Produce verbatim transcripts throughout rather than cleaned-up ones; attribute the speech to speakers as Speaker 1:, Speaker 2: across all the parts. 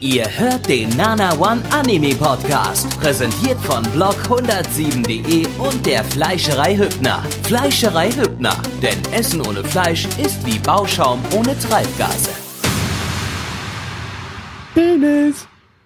Speaker 1: Ihr hört den Nana One Anime Podcast, präsentiert von blog hundertsieben punkt de und der Fleischerei Hübner. Fleischerei Hübner, denn Essen ohne Fleisch ist wie Bauschaum ohne Treibgase.
Speaker 2: Dennis!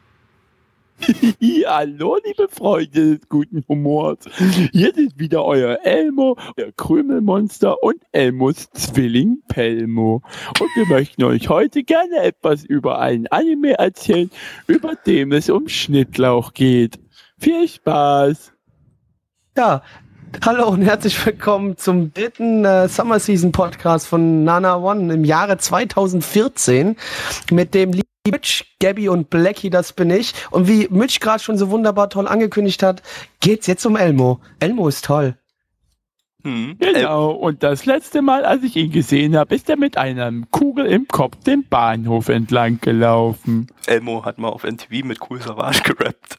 Speaker 2: Hallo, liebe Freunde des guten Humors. Hier ist wieder euer Elmo, der Krümelmonster und Elmos Zwilling Pelmo. Und wir möchten euch heute gerne etwas über einen Anime erzählen, über dem es um Schnittlauch geht. Viel Spaß!
Speaker 3: Ja, hallo und herzlich willkommen zum dritten äh, Summer Season Podcast von Nana One im Jahre zweitausendvierzehn mit dem lieben Mitch, Gabby und Blackie, das bin ich. Und wie Mitch gerade schon so wunderbar toll angekündigt hat, geht's jetzt um Elmo. Elmo ist toll.
Speaker 2: Hm, genau, und das letzte Mal, als ich ihn gesehen habe, ist er mit einer Kugel im Kopf den Bahnhof entlang gelaufen.
Speaker 4: Elmo hat mal auf M T V mit Cool Savage gerappt.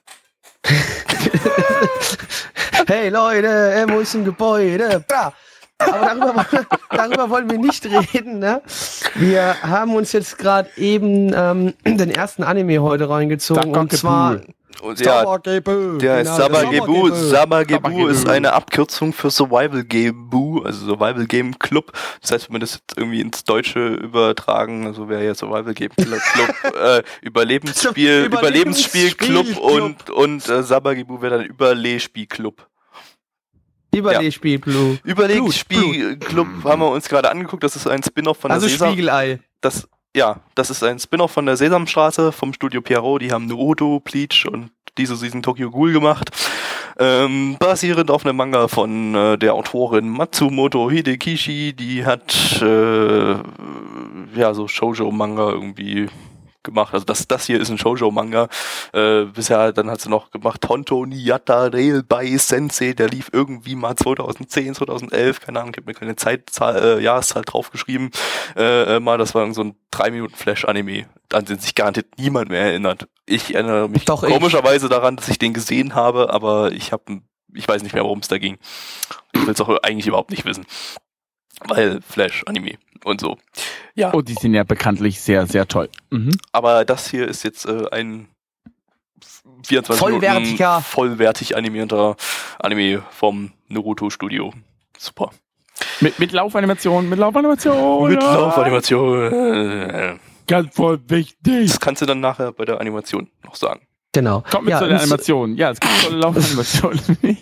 Speaker 3: Hey Leute, Elmo ist im Gebäude. Bra. Aber darüber, darüber wollen wir nicht reden, ne? Wir haben uns jetzt gerade eben ähm, den ersten Anime heute reingezogen, und zwar
Speaker 4: und ja,
Speaker 3: Sabagebu.
Speaker 4: Der heißt
Speaker 3: Genau,
Speaker 4: Sabagebu.
Speaker 3: Sabagebu.
Speaker 4: Sabagebu ist eine Abkürzung für Survival Game Boo, also Survival Game Club. Das heißt, wenn wir das jetzt irgendwie ins Deutsche übertragen, also wäre ja Survival Game Club, äh, Überlebensspiel, Überlebensspiel Club und, und äh, Sabagebu wäre dann Überlebensspiel Club.
Speaker 3: Überlegspiel Blue.
Speaker 4: Überlegspiel Club haben wir uns gerade angeguckt. Das ist ein Spin-off von
Speaker 3: also
Speaker 4: der Sesam.
Speaker 3: Spiegelei.
Speaker 4: Das, ja, das ist ein Spin-off von der Sesamstraße vom Studio Pierrot. Die haben Naruto, Bleach und diese Season Tokyo Ghoul gemacht. Ähm, basierend auf einem Manga von äh, der Autorin Matsumoto Hidekishi. Die hat äh, ja so Shoujo-Manga irgendwie gemacht. Also das, das hier ist ein Shoujo-Manga. Äh, bisher, dann hat sie noch gemacht Honto Niyatta Railby Sensei, der lief irgendwie mal zweitausendzehn, zweitausendelf, keine Ahnung, ich habe mir keine Zeitzahl, äh, Jahreszahl draufgeschrieben. Äh, äh, mal, das war so ein drei Minuten Flash-Anime, an den sich garantiert niemand mehr erinnert. Ich erinnere mich
Speaker 3: Doch,
Speaker 4: komischerweise ich. daran, dass ich den gesehen habe, aber ich habe, ich weiß nicht mehr, worum es da ging. Ich will es auch eigentlich überhaupt nicht wissen. Weil Flash-Anime und so. Ja.
Speaker 2: Oh, die sind ja bekanntlich sehr, sehr toll. Mhm.
Speaker 4: Aber das hier ist jetzt äh, ein vierundzwanzig
Speaker 3: vollwertiger,
Speaker 4: Minuten vollwertig animierter Anime vom Naruto Studio. Super.
Speaker 2: Mit, mit Laufanimation, mit Laufanimation.
Speaker 4: Mit Laufanimation.
Speaker 2: Ganz voll wichtig.
Speaker 4: Das kannst du dann nachher bei der Animation noch sagen.
Speaker 3: Genau.
Speaker 2: Kommt mit
Speaker 3: ja,
Speaker 2: zu der Animation. Ja, es gibt tolle Laufanimation.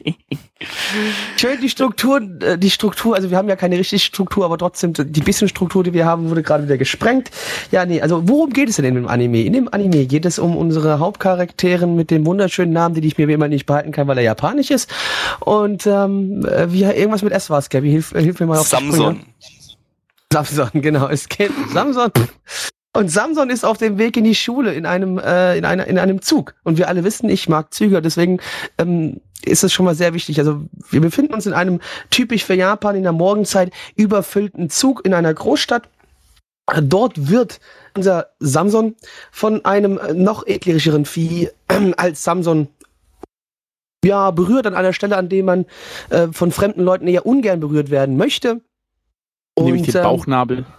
Speaker 3: Schön die Struktur, die Struktur, also wir haben ja keine richtige Struktur, aber trotzdem, die bisschen Struktur, die wir haben, wurde gerade wieder gesprengt. Ja, nee, also worum geht es denn in dem Anime? In dem Anime geht es um unsere Hauptcharakteren mit dem wunderschönen Namen, den ich mir wie immer nicht behalten kann, weil er japanisch ist. Und ähm, wie irgendwas mit S war es, Gabby, hilf, hilf mir mal auf
Speaker 4: Samson.
Speaker 3: Samson, genau, es geht Samson. Und Samson ist auf dem Weg in die Schule in einem äh, in einer in einem Zug. Und wir alle wissen, ich mag Züge, deswegen ähm, ist es schon mal sehr wichtig. Also wir befinden uns in einem typisch für Japan in der Morgenzeit überfüllten Zug in einer Großstadt. Dort wird unser Samson von einem noch ekligeren Vieh äh, als Samson ja berührt an einer Stelle, an der man äh, von fremden Leuten eher ungern berührt werden möchte. Und,
Speaker 2: nämlich den Bauchnabel.
Speaker 3: Ähm,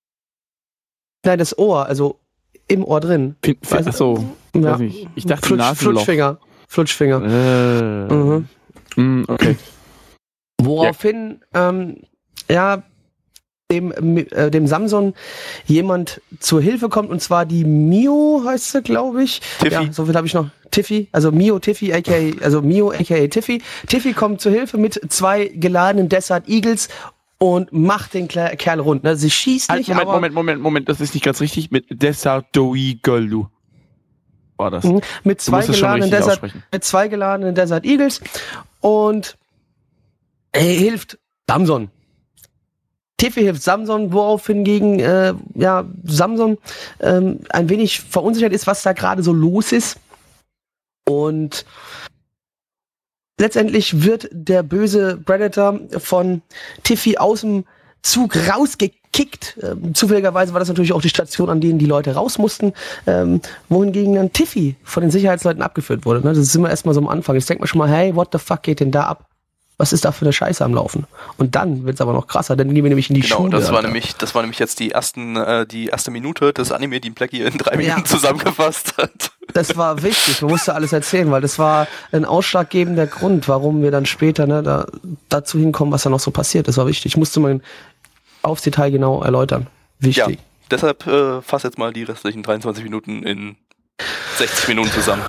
Speaker 3: Nein, das Ohr, also im Ohr drin.
Speaker 2: Achso,
Speaker 3: ja.
Speaker 2: weiß nicht. Ich dachte
Speaker 3: Flutsch,
Speaker 2: Nasenloch.
Speaker 3: Flutschfinger. Flutschfinger.
Speaker 2: Äh.
Speaker 3: Mhm.
Speaker 2: Mm, okay.
Speaker 3: Woraufhin, ja, ähm, ja dem, äh, dem Samson jemand zur Hilfe kommt, und zwar die Mio, heißt sie, glaube ich.
Speaker 4: Tiffy.
Speaker 3: Ja, so viel habe ich noch. Tiffy, also Mio, Tiffy, aka, also Mio, aka Tiffy. Tiffy kommt zur Hilfe mit zwei geladenen Desert Eagles und macht den Kle- Kerl rund. Ne? Sie schießt
Speaker 2: halt,
Speaker 3: nicht,
Speaker 2: Moment,
Speaker 3: aber...
Speaker 2: Moment, Moment, Moment, das ist nicht ganz richtig. Mit Desertoigolu war das.
Speaker 3: Mhm. Mit, zwei geladenen Desert,
Speaker 2: aussprechen.
Speaker 3: mit zwei geladenen Desert Eagles und er hilft Samson. Tiffy hilft Samson, worauf hingegen äh, ja, Samson ähm, ein wenig verunsichert ist, was da gerade so los ist. Und letztendlich wird der böse Predator von Tiffy aus dem Zug rausgekickt. Ähm, zufälligerweise war das natürlich auch die Station, an denen die Leute raus mussten, ähm, wohingegen dann Tiffy von den Sicherheitsleuten abgeführt wurde. Ne? Das ist immer erstmal so am Anfang. Jetzt denkt man schon mal, hey, what the fuck geht denn da ab? Was ist da für eine Scheiße am Laufen? Und dann wird's aber noch krasser, dann gehen wir nämlich in die
Speaker 4: genau,
Speaker 3: Schule.
Speaker 4: das war
Speaker 3: Alter.
Speaker 4: nämlich, das war nämlich jetzt die ersten, äh, die erste Minute des Anime, die Blackie in drei Minuten
Speaker 3: Ja.
Speaker 4: zusammengefasst hat.
Speaker 3: Das war wichtig, man musste alles erzählen, weil das war ein ausschlaggebender Grund, warum wir dann später ne, da, dazu hinkommen, was da noch so passiert. Das war wichtig. Ich musste mal aufs Detail genau erläutern. Wichtig.
Speaker 4: Ja, deshalb äh, fass jetzt mal die restlichen dreiundzwanzig Minuten in sechzig Minuten zusammen.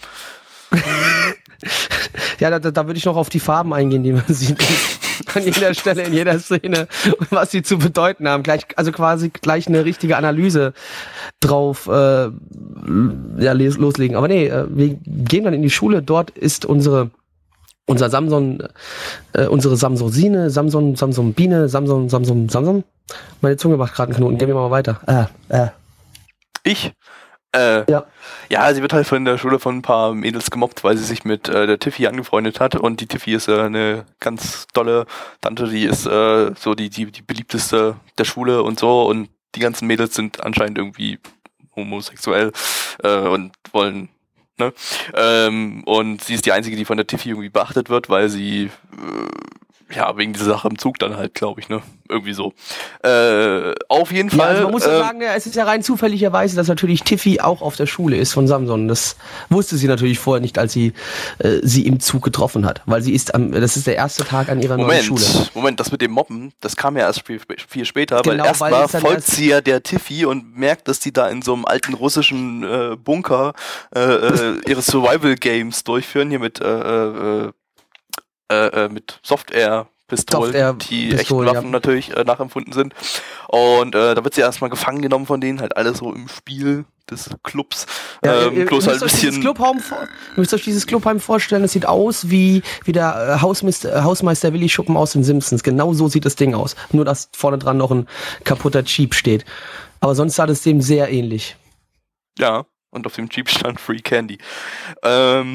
Speaker 3: Ja, da, da würde ich noch auf die Farben eingehen, die man sieht. An jeder Stelle, in jeder Szene, und was sie zu bedeuten haben. Gleich, also quasi gleich eine richtige Analyse drauf äh, ja, les, loslegen. Aber nee, äh, wir gehen dann in die Schule. Dort ist unsere unser Samson, äh, unsere Samsosine, Samson, Samson Biene, Samson, Samson, Samson. Meine Zunge macht gerade einen Knoten. Gehen wir mal weiter. Äh, äh.
Speaker 4: Ich? Äh,
Speaker 3: Ja.
Speaker 4: ja, sie wird halt von der Schule von ein paar Mädels gemobbt, weil sie sich mit äh, der Tiffy angefreundet hat. Und die Tiffy ist äh, eine ganz tolle Tante, die ist äh, so die, die, die beliebteste der Schule und so. Und die ganzen Mädels sind anscheinend irgendwie homosexuell äh, und wollen, ne? Ähm, und sie ist die Einzige, die von der Tiffy irgendwie beachtet wird, weil sie äh, ja, wegen dieser Sache im Zug dann halt, glaube ich, ne? Irgendwie so. Äh, auf jeden
Speaker 3: Ja,
Speaker 4: Fall.
Speaker 3: also man muss ja
Speaker 4: äh,
Speaker 3: sagen, ja, es ist ja rein zufälligerweise, dass natürlich Tiffy auch auf der Schule ist von Samson. Das wusste sie natürlich vorher nicht, als sie äh, sie im Zug getroffen hat, weil sie ist am, das ist der erste Tag an ihrer neuen Schule.
Speaker 4: Moment, Moment, das mit dem Mobben, das kam ja erst viel, viel später,
Speaker 3: Genau,
Speaker 4: weil erstmal
Speaker 3: weil es dann
Speaker 4: folgt
Speaker 3: erst-
Speaker 4: sie ja der Tiffy und merkt, dass die da in so einem alten russischen äh, Bunker äh, äh, ihre Survival-Games durchführen, hier mit äh, äh, äh, äh, mit Software Pistolen,
Speaker 3: Software-
Speaker 4: die
Speaker 3: Pistolen,
Speaker 4: echten Waffen
Speaker 3: ja.
Speaker 4: natürlich äh, nachempfunden sind. Und äh, da wird sie erstmal gefangen genommen von denen, halt alles so im Spiel des Clubs.
Speaker 3: Ja,
Speaker 4: ähm,
Speaker 3: ihr, ihr
Speaker 4: bloß halt
Speaker 3: müsst
Speaker 4: ein
Speaker 3: euch dieses
Speaker 4: bisschen.
Speaker 3: Clubheim vor, ihr müsst euch dieses Clubheim vorstellen, es sieht aus wie, wie der äh, Hausmeister, äh, Hausmeister Willi Schuppen aus den Simpsons. Genau so sieht das Ding aus. Nur, dass vorne dran noch ein kaputter Jeep steht. Aber sonst sah das dem sehr ähnlich.
Speaker 4: Ja, und auf dem Jeep stand Free Candy. Ähm,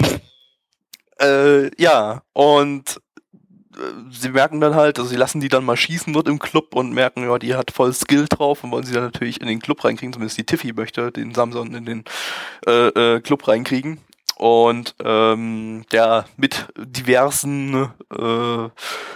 Speaker 4: äh, ja, und äh, sie merken dann halt, also sie lassen die dann mal schießen dort im Club und merken, ja, die hat voll Skill drauf und wollen sie dann natürlich in den Club reinkriegen, zumindest die Tiffy möchte den Samson in den äh, äh, Club reinkriegen. Und ähm, ja, mit diversen äh, äh,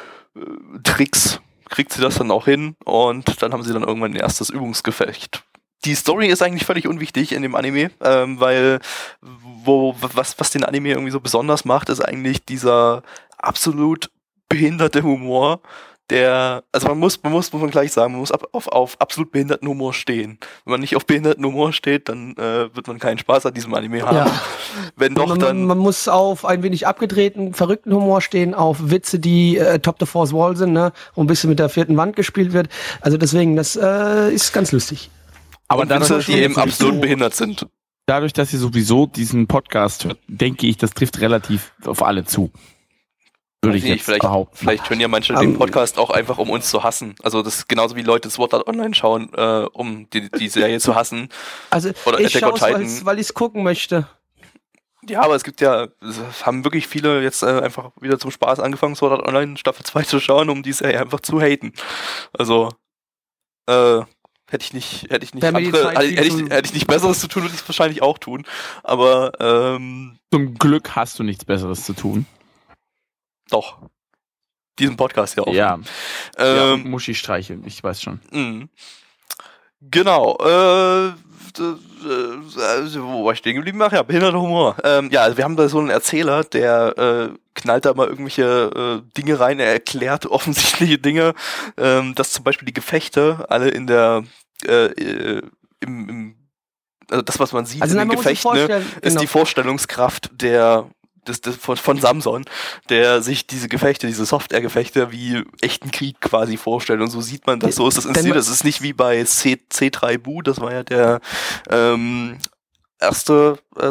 Speaker 4: Tricks kriegt sie das dann auch hin und dann haben sie dann irgendwann ein erstes Übungsgefecht. Die Story ist eigentlich völlig unwichtig in dem Anime, ähm, weil wo was was den Anime irgendwie so besonders macht, ist eigentlich dieser absolut behinderte Humor, der, also man muss, man muss, muss man gleich sagen, man muss ab, auf, auf absolut behinderten Humor stehen. Wenn man nicht auf behinderten Humor steht, dann äh, wird man keinen Spaß an diesem Anime haben.
Speaker 3: Ja.
Speaker 4: Wenn doch,
Speaker 3: man,
Speaker 4: dann...
Speaker 3: man muss auf ein wenig abgedrehten, verrückten Humor stehen, auf Witze, die äh, top the fourth wall sind, ne, wo ein bisschen mit der vierten Wand gespielt wird. Also deswegen, das äh, ist ganz lustig.
Speaker 2: Aber
Speaker 4: und
Speaker 2: dadurch,
Speaker 4: Witze, die eben
Speaker 2: dass ihr
Speaker 4: absolut
Speaker 2: sowieso-
Speaker 4: behindert sind.
Speaker 2: dadurch, dass ihr sowieso diesen Podcast hört, denke ich, das trifft relativ auf alle zu. Würde ich
Speaker 4: Weiß nicht,
Speaker 2: jetzt
Speaker 4: vielleicht,
Speaker 2: behaupten.
Speaker 4: vielleicht hören ja manche
Speaker 3: Um,
Speaker 4: den Podcast auch einfach, um uns zu hassen. Also das ist genauso wie Leute Sword Art Online schauen, äh, um die, die Serie zu hassen.
Speaker 3: Also
Speaker 4: Oder
Speaker 3: ich
Speaker 4: Attack
Speaker 3: schaue
Speaker 4: on
Speaker 3: es,
Speaker 4: Titan.
Speaker 3: weil ich es gucken möchte.
Speaker 4: Ja, aber es gibt ja, es haben wirklich viele jetzt äh, einfach wieder zum Spaß angefangen, Sword Art Online Staffel zwei zu schauen, um die Serie einfach zu haten. Also, äh, hätte ich nicht, hätte ich nicht
Speaker 3: Wäre mir die
Speaker 4: andere,
Speaker 3: Zeit
Speaker 4: hätte,
Speaker 3: viel
Speaker 4: hätte, ich,
Speaker 3: zu-
Speaker 4: hätte ich nicht Besseres zu tun, würde ich es wahrscheinlich auch tun. Aber, ähm,
Speaker 2: Zum Glück hast du nichts Besseres zu tun.
Speaker 4: doch. Diesen Podcast ja auch.
Speaker 2: Ja, ja und
Speaker 4: Ähm,
Speaker 2: Muschi streicheln, ich weiß schon.
Speaker 4: mh. Genau, äh, d- äh, wo war ich stehen geblieben? Ach ja, behinderter Humor. Ähm, ja, also wir haben da so einen Erzähler, der äh, knallt da mal irgendwelche äh, Dinge rein, er erklärt offensichtliche Dinge, ähm, dass zum Beispiel die Gefechte alle in der, äh, äh, im, im, also das, was man sieht
Speaker 3: Also
Speaker 4: in
Speaker 3: nein,
Speaker 4: den
Speaker 3: man muss sich
Speaker 4: Gefechten, ne,
Speaker 3: vorstellen,
Speaker 4: ist
Speaker 3: genau.
Speaker 4: die Vorstellungskraft der des, des, von, von Samson, der sich diese Gefechte, diese Software-Gefechte wie echten Krieg quasi vorstellt. Und so sieht man das, so ist das inszeniert. Das ist nicht wie bei C, C drei Bu, das war ja der ähm, erste äh,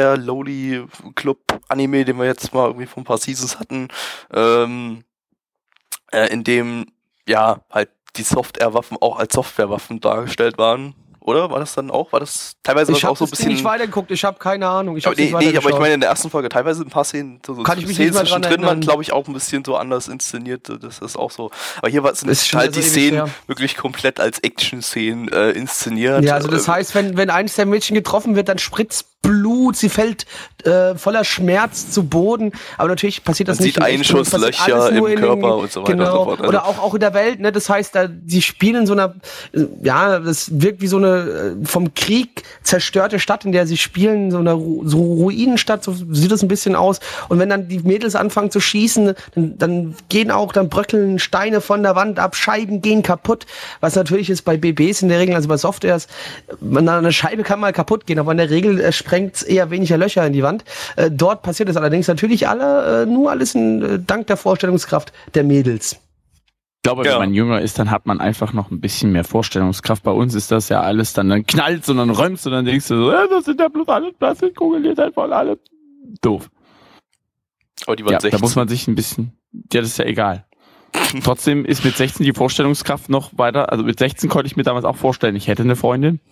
Speaker 4: Software-Lowly-Club-Anime, den wir jetzt mal irgendwie vor ein paar Seasons hatten, ähm, äh, in dem ja halt die Software-Waffen auch als Software-Waffen dargestellt waren. Oder? War das dann auch? War das teilweise
Speaker 3: Ich
Speaker 4: auch
Speaker 3: habe
Speaker 4: so ein
Speaker 3: das Ding
Speaker 4: bisschen...
Speaker 3: nicht weitergeguckt, ich habe keine Ahnung. Ich
Speaker 4: Aber
Speaker 3: hab's
Speaker 4: nee,
Speaker 3: nicht
Speaker 4: nee, aber ich
Speaker 3: weitergeschaut.
Speaker 4: meine in der ersten Folge teilweise ein paar Szenen, so, so
Speaker 3: Kann ich mich
Speaker 4: Szenen
Speaker 3: nicht mehr dran
Speaker 4: zwischendrin waren,
Speaker 3: erinnern.
Speaker 4: glaube ich, auch ein bisschen so anders inszeniert. Das ist auch so. Aber hier war- sind
Speaker 3: Ist schon
Speaker 4: halt
Speaker 3: so
Speaker 4: die
Speaker 3: ewig
Speaker 4: Szenen
Speaker 3: her.
Speaker 4: wirklich komplett als Action-Szenen äh, inszeniert.
Speaker 3: Ja, also das
Speaker 4: Äh,
Speaker 3: heißt, wenn, wenn eins der Mädchen getroffen wird, dann spritzt Blut, sie fällt äh, voller Schmerz zu Boden, aber natürlich passiert das
Speaker 4: Man
Speaker 3: nicht.
Speaker 4: Man sieht Einschusslöcher im Körper den, und so weiter
Speaker 3: genau,
Speaker 4: und so fort. Also.
Speaker 3: Oder auch, auch in der Welt, ne? Das heißt, da, sie spielen in so einer, ja, das wirkt wie so eine vom Krieg zerstörte Stadt, in der sie spielen, so eine so Ruinenstadt, so sieht das ein bisschen aus. Und wenn dann die Mädels anfangen zu schießen, dann, dann gehen auch, dann bröckeln Steine von der Wand ab, Scheiben gehen kaputt, was natürlich ist bei B Bs in der Regel, also bei Softwares, man, eine Scheibe kann mal kaputt gehen, aber in der Regel äh, sprengt eher weniger Löcher in die Wand. Äh, dort passiert es allerdings natürlich alle, äh, nur alles in, äh, dank der Vorstellungskraft der Mädels.
Speaker 2: Ich glaube, wenn ja. man jünger ist, dann hat man einfach noch ein bisschen mehr Vorstellungskraft. Bei uns ist das ja alles dann, dann knallt und dann räumst und dann denkst du so, äh, das sind ja bloß alle Plastikkugeln, ihr seid voll alle doof.
Speaker 4: Aber die waren
Speaker 2: ja,
Speaker 4: sechzehn.
Speaker 2: Da muss man sich ein bisschen, ja, das ist ja egal. Trotzdem ist mit sechzehn die Vorstellungskraft noch weiter, also mit sechzehn konnte ich mir damals auch vorstellen, ich hätte eine Freundin.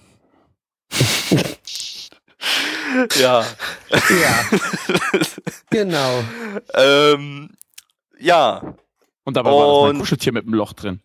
Speaker 4: Ja.
Speaker 3: Ja. Genau.
Speaker 4: ähm, ja.
Speaker 2: Und dabei war das mein Kuscheltier mit einem Loch drin.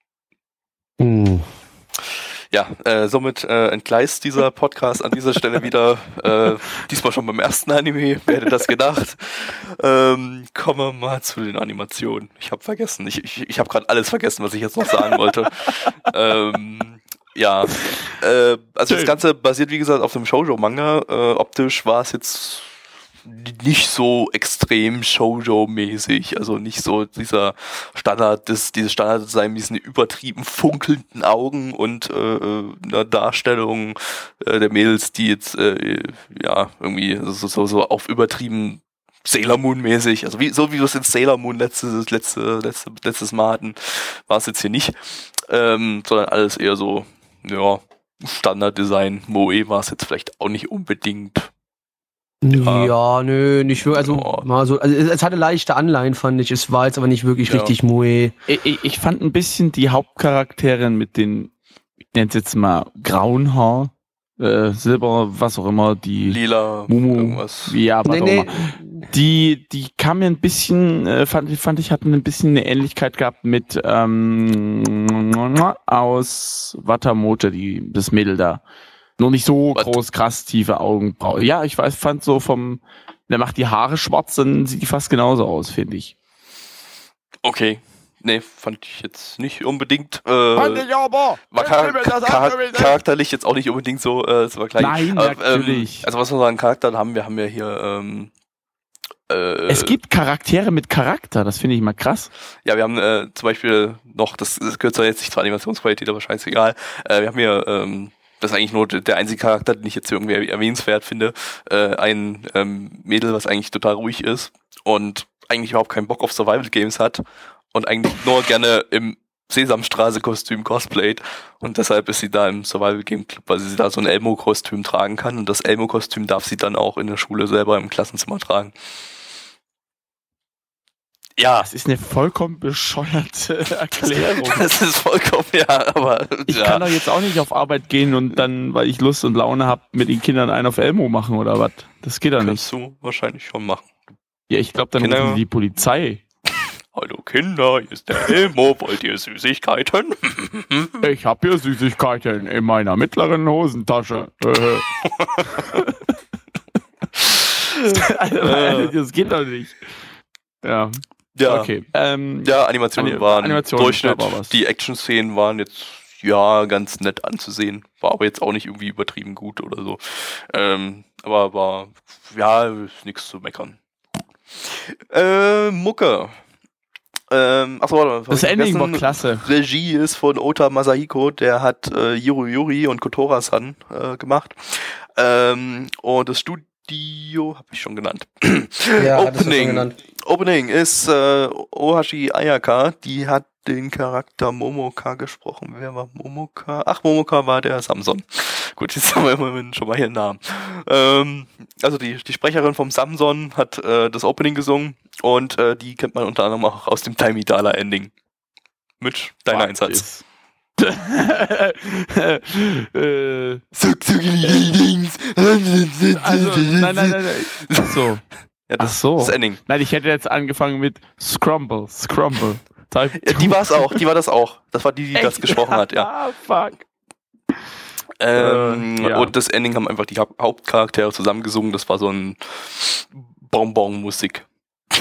Speaker 3: Hm.
Speaker 4: Ja, äh, somit äh, entgleist dieser Podcast an dieser Stelle wieder. Äh, diesmal schon beim ersten Anime, wer hätte das gedacht? Ähm, kommen wir mal zu den Animationen. Ich habe vergessen, ich, ich, ich habe gerade alles vergessen, was ich jetzt noch sagen wollte. ähm, ja, äh, also das Ganze basiert, wie gesagt, auf dem Shoujo-Manga. Äh, optisch war es jetzt nicht so extrem Shoujo-mäßig, also nicht so dieser Standard, das, dieses Standarddesign mit diesen übertrieben funkelnden Augen und äh, einer Darstellung äh, der Mädels, die jetzt äh, ja irgendwie so, so, so auf übertrieben Sailor Moon-mäßig, also wie, so wie wir es in Sailor Moon letztes, letzte, letzte, letztes Mal hatten, war es jetzt hier nicht, ähm, sondern alles eher so, ja, Standarddesign. Moe war es jetzt vielleicht auch nicht unbedingt.
Speaker 3: Ja, ja nö, nicht wirklich. Also, ja. mal so, also es hatte leichte Anleihen, fand ich. Es war jetzt aber nicht wirklich ja. richtig Moe.
Speaker 2: Ich, ich fand ein bisschen die Hauptcharaktere mit den, ich nenne es jetzt mal grauen Haar, äh, Silber, was auch immer, die
Speaker 4: Lila,
Speaker 2: Mumu,
Speaker 4: irgendwas.
Speaker 2: Ja, was
Speaker 3: nee,
Speaker 2: auch
Speaker 3: nee.
Speaker 2: immer. Die, die kam mir ein bisschen, äh, fand, fand ich, hatten ein bisschen eine Ähnlichkeit gehabt mit ähm, aus Watamote, die, das Mädel da. Nur nicht so What? groß, krass, tiefe Augenbrauen. Ja, ich weiß, fand so vom, der macht die Haare schwarz, dann sieht die fast genauso aus, finde ich.
Speaker 4: Okay. Nee, fand ich jetzt nicht unbedingt. Äh,
Speaker 2: fand ich aber!
Speaker 4: War char char charakterlich jetzt auch nicht unbedingt so, äh, so gleich.
Speaker 2: Nein,
Speaker 4: aber,
Speaker 2: natürlich.
Speaker 4: Ähm, also was wir so an Charakteren haben, wir haben ja hier, ähm, äh,
Speaker 2: es gibt Charaktere mit Charakter, das finde ich mal krass.
Speaker 4: Ja, wir haben äh, zum Beispiel noch, das, das gehört zwar jetzt nicht zur Animationsqualität, aber scheißegal, äh, wir haben hier, ähm, das ist eigentlich nur der einzige Charakter, den ich jetzt irgendwie erwähnenswert finde, äh, ein ähm, Mädel, was eigentlich total ruhig ist und eigentlich überhaupt keinen Bock auf Survival Games hat und eigentlich nur gerne im Sesamstraße-Kostüm cosplayt und deshalb ist sie da im Survival Game Club, weil sie da so ein Elmo-Kostüm tragen kann und das Elmo-Kostüm darf sie dann auch in der Schule selber im Klassenzimmer tragen. Ja.
Speaker 2: Das ist eine vollkommen bescheuerte Erklärung.
Speaker 4: Das ist vollkommen, ja, aber
Speaker 2: ich
Speaker 4: ja.
Speaker 2: kann doch jetzt auch nicht auf Arbeit gehen und dann, weil ich Lust und Laune habe, mit den Kindern einen auf Elmo machen oder was. Das geht doch nicht.
Speaker 4: Kannst du wahrscheinlich schon machen.
Speaker 2: Ja, ich glaube, dann rufen die die Polizei.
Speaker 4: Hallo Kinder, hier ist der Elmo, wollt ihr Süßigkeiten?
Speaker 2: Ich habe hier Süßigkeiten in meiner mittleren Hosentasche. also, also, das geht doch nicht. Ja.
Speaker 4: Ja,
Speaker 2: okay. Ähm,
Speaker 4: ja, Animationen
Speaker 2: Anim
Speaker 4: waren
Speaker 2: Animation
Speaker 4: Durchschnitt.
Speaker 2: was.
Speaker 4: Die Action-Szenen waren jetzt, ja, ganz nett anzusehen. War aber jetzt auch nicht irgendwie übertrieben gut oder so. Ähm, aber war, ja, ist nichts zu meckern. Äh, Mucke. Ähm, achso, warte,
Speaker 2: das Ending war klasse.
Speaker 4: Regie ist von Ota Masahiko, der hat äh, Yuru Yuri und Kotora-san äh, gemacht. Ähm, und das Studio habe ich schon genannt.
Speaker 3: Ja,
Speaker 4: Opening.
Speaker 3: hattest du schon genannt.
Speaker 4: Opening ist äh, Ohashi Ayaka, die hat den Charakter Momoka gesprochen. Wer war Momoka? Ach, Momoka war der Samson. Gut, jetzt haben wir immerhin schon mal hier einen Namen. Ähm, also die, die Sprecherin vom Samson hat äh, das Opening gesungen und äh, die kennt man unter anderem auch aus dem Time Idala Ending. Mit deiner Einsatz.
Speaker 2: äh, also, nein, nein, nein, nein. Ach so.
Speaker 4: Ja, das,
Speaker 2: Ach so.
Speaker 4: das Ending.
Speaker 2: Nein, ich hätte jetzt angefangen mit Scrumble, Scrumble.
Speaker 4: Ja, die war es auch, die war das auch. Das war die, die
Speaker 2: Echt?
Speaker 4: das gesprochen hat, ja.
Speaker 2: Ah, fuck.
Speaker 4: Ähm,
Speaker 2: Äh, ja.
Speaker 4: Und das Ending haben einfach die Haupt- Hauptcharaktere zusammengesungen. Das war so ein Bonbon-Musik.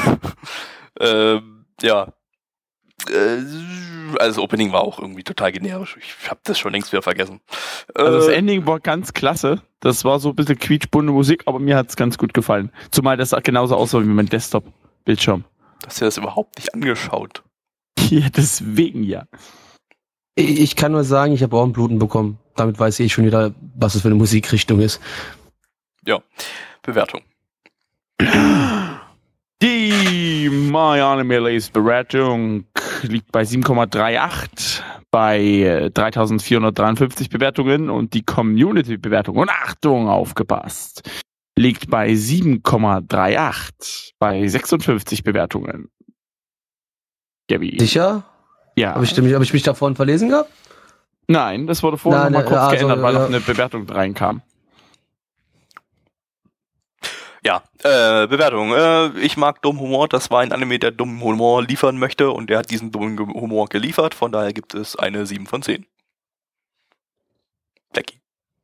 Speaker 4: ähm, ja. Äh, also das Opening war auch irgendwie total generisch. Ich habe das schon längst wieder vergessen.
Speaker 2: Also das
Speaker 4: Äh,
Speaker 2: Ending war ganz klasse. Das war so ein bisschen quietschbunte Musik, aber mir hat's ganz gut gefallen. Zumal das genauso aussah wie mein Desktop-Bildschirm.
Speaker 4: Hast du das überhaupt nicht angeschaut?
Speaker 2: Ja, deswegen ja.
Speaker 3: Ich ich kann nur sagen, ich habe auch ein Bluten bekommen. Damit weiß ich schon wieder, was es für eine Musikrichtung ist.
Speaker 4: Bewertung.
Speaker 2: Die MyAnimeList Bewertung liegt bei sieben Komma achtunddreißig bei äh, dreitausendvierhundertdreiundfünfzig Bewertungen und die Community-Bewertung, und Achtung, aufgepasst, liegt bei sieben Komma achtunddreißig bei sechsundfünfzig Bewertungen. Gabi.
Speaker 3: Sicher?
Speaker 2: Ja.
Speaker 3: Habe ich, mich- hab ich mich davon verlesen gehabt?
Speaker 2: Nein, das wurde vorher
Speaker 3: Nein,
Speaker 2: noch mal kurz
Speaker 3: also,
Speaker 2: geändert, weil
Speaker 3: ja.
Speaker 2: noch eine Bewertung reinkam.
Speaker 4: Ja, äh, Bewertung. Äh, ich mag dummen Humor. Das war ein Anime, der dummen Humor liefern möchte und der hat diesen dummen Ge- Humor geliefert. Von daher gibt es eine sieben von zehn. Blackie.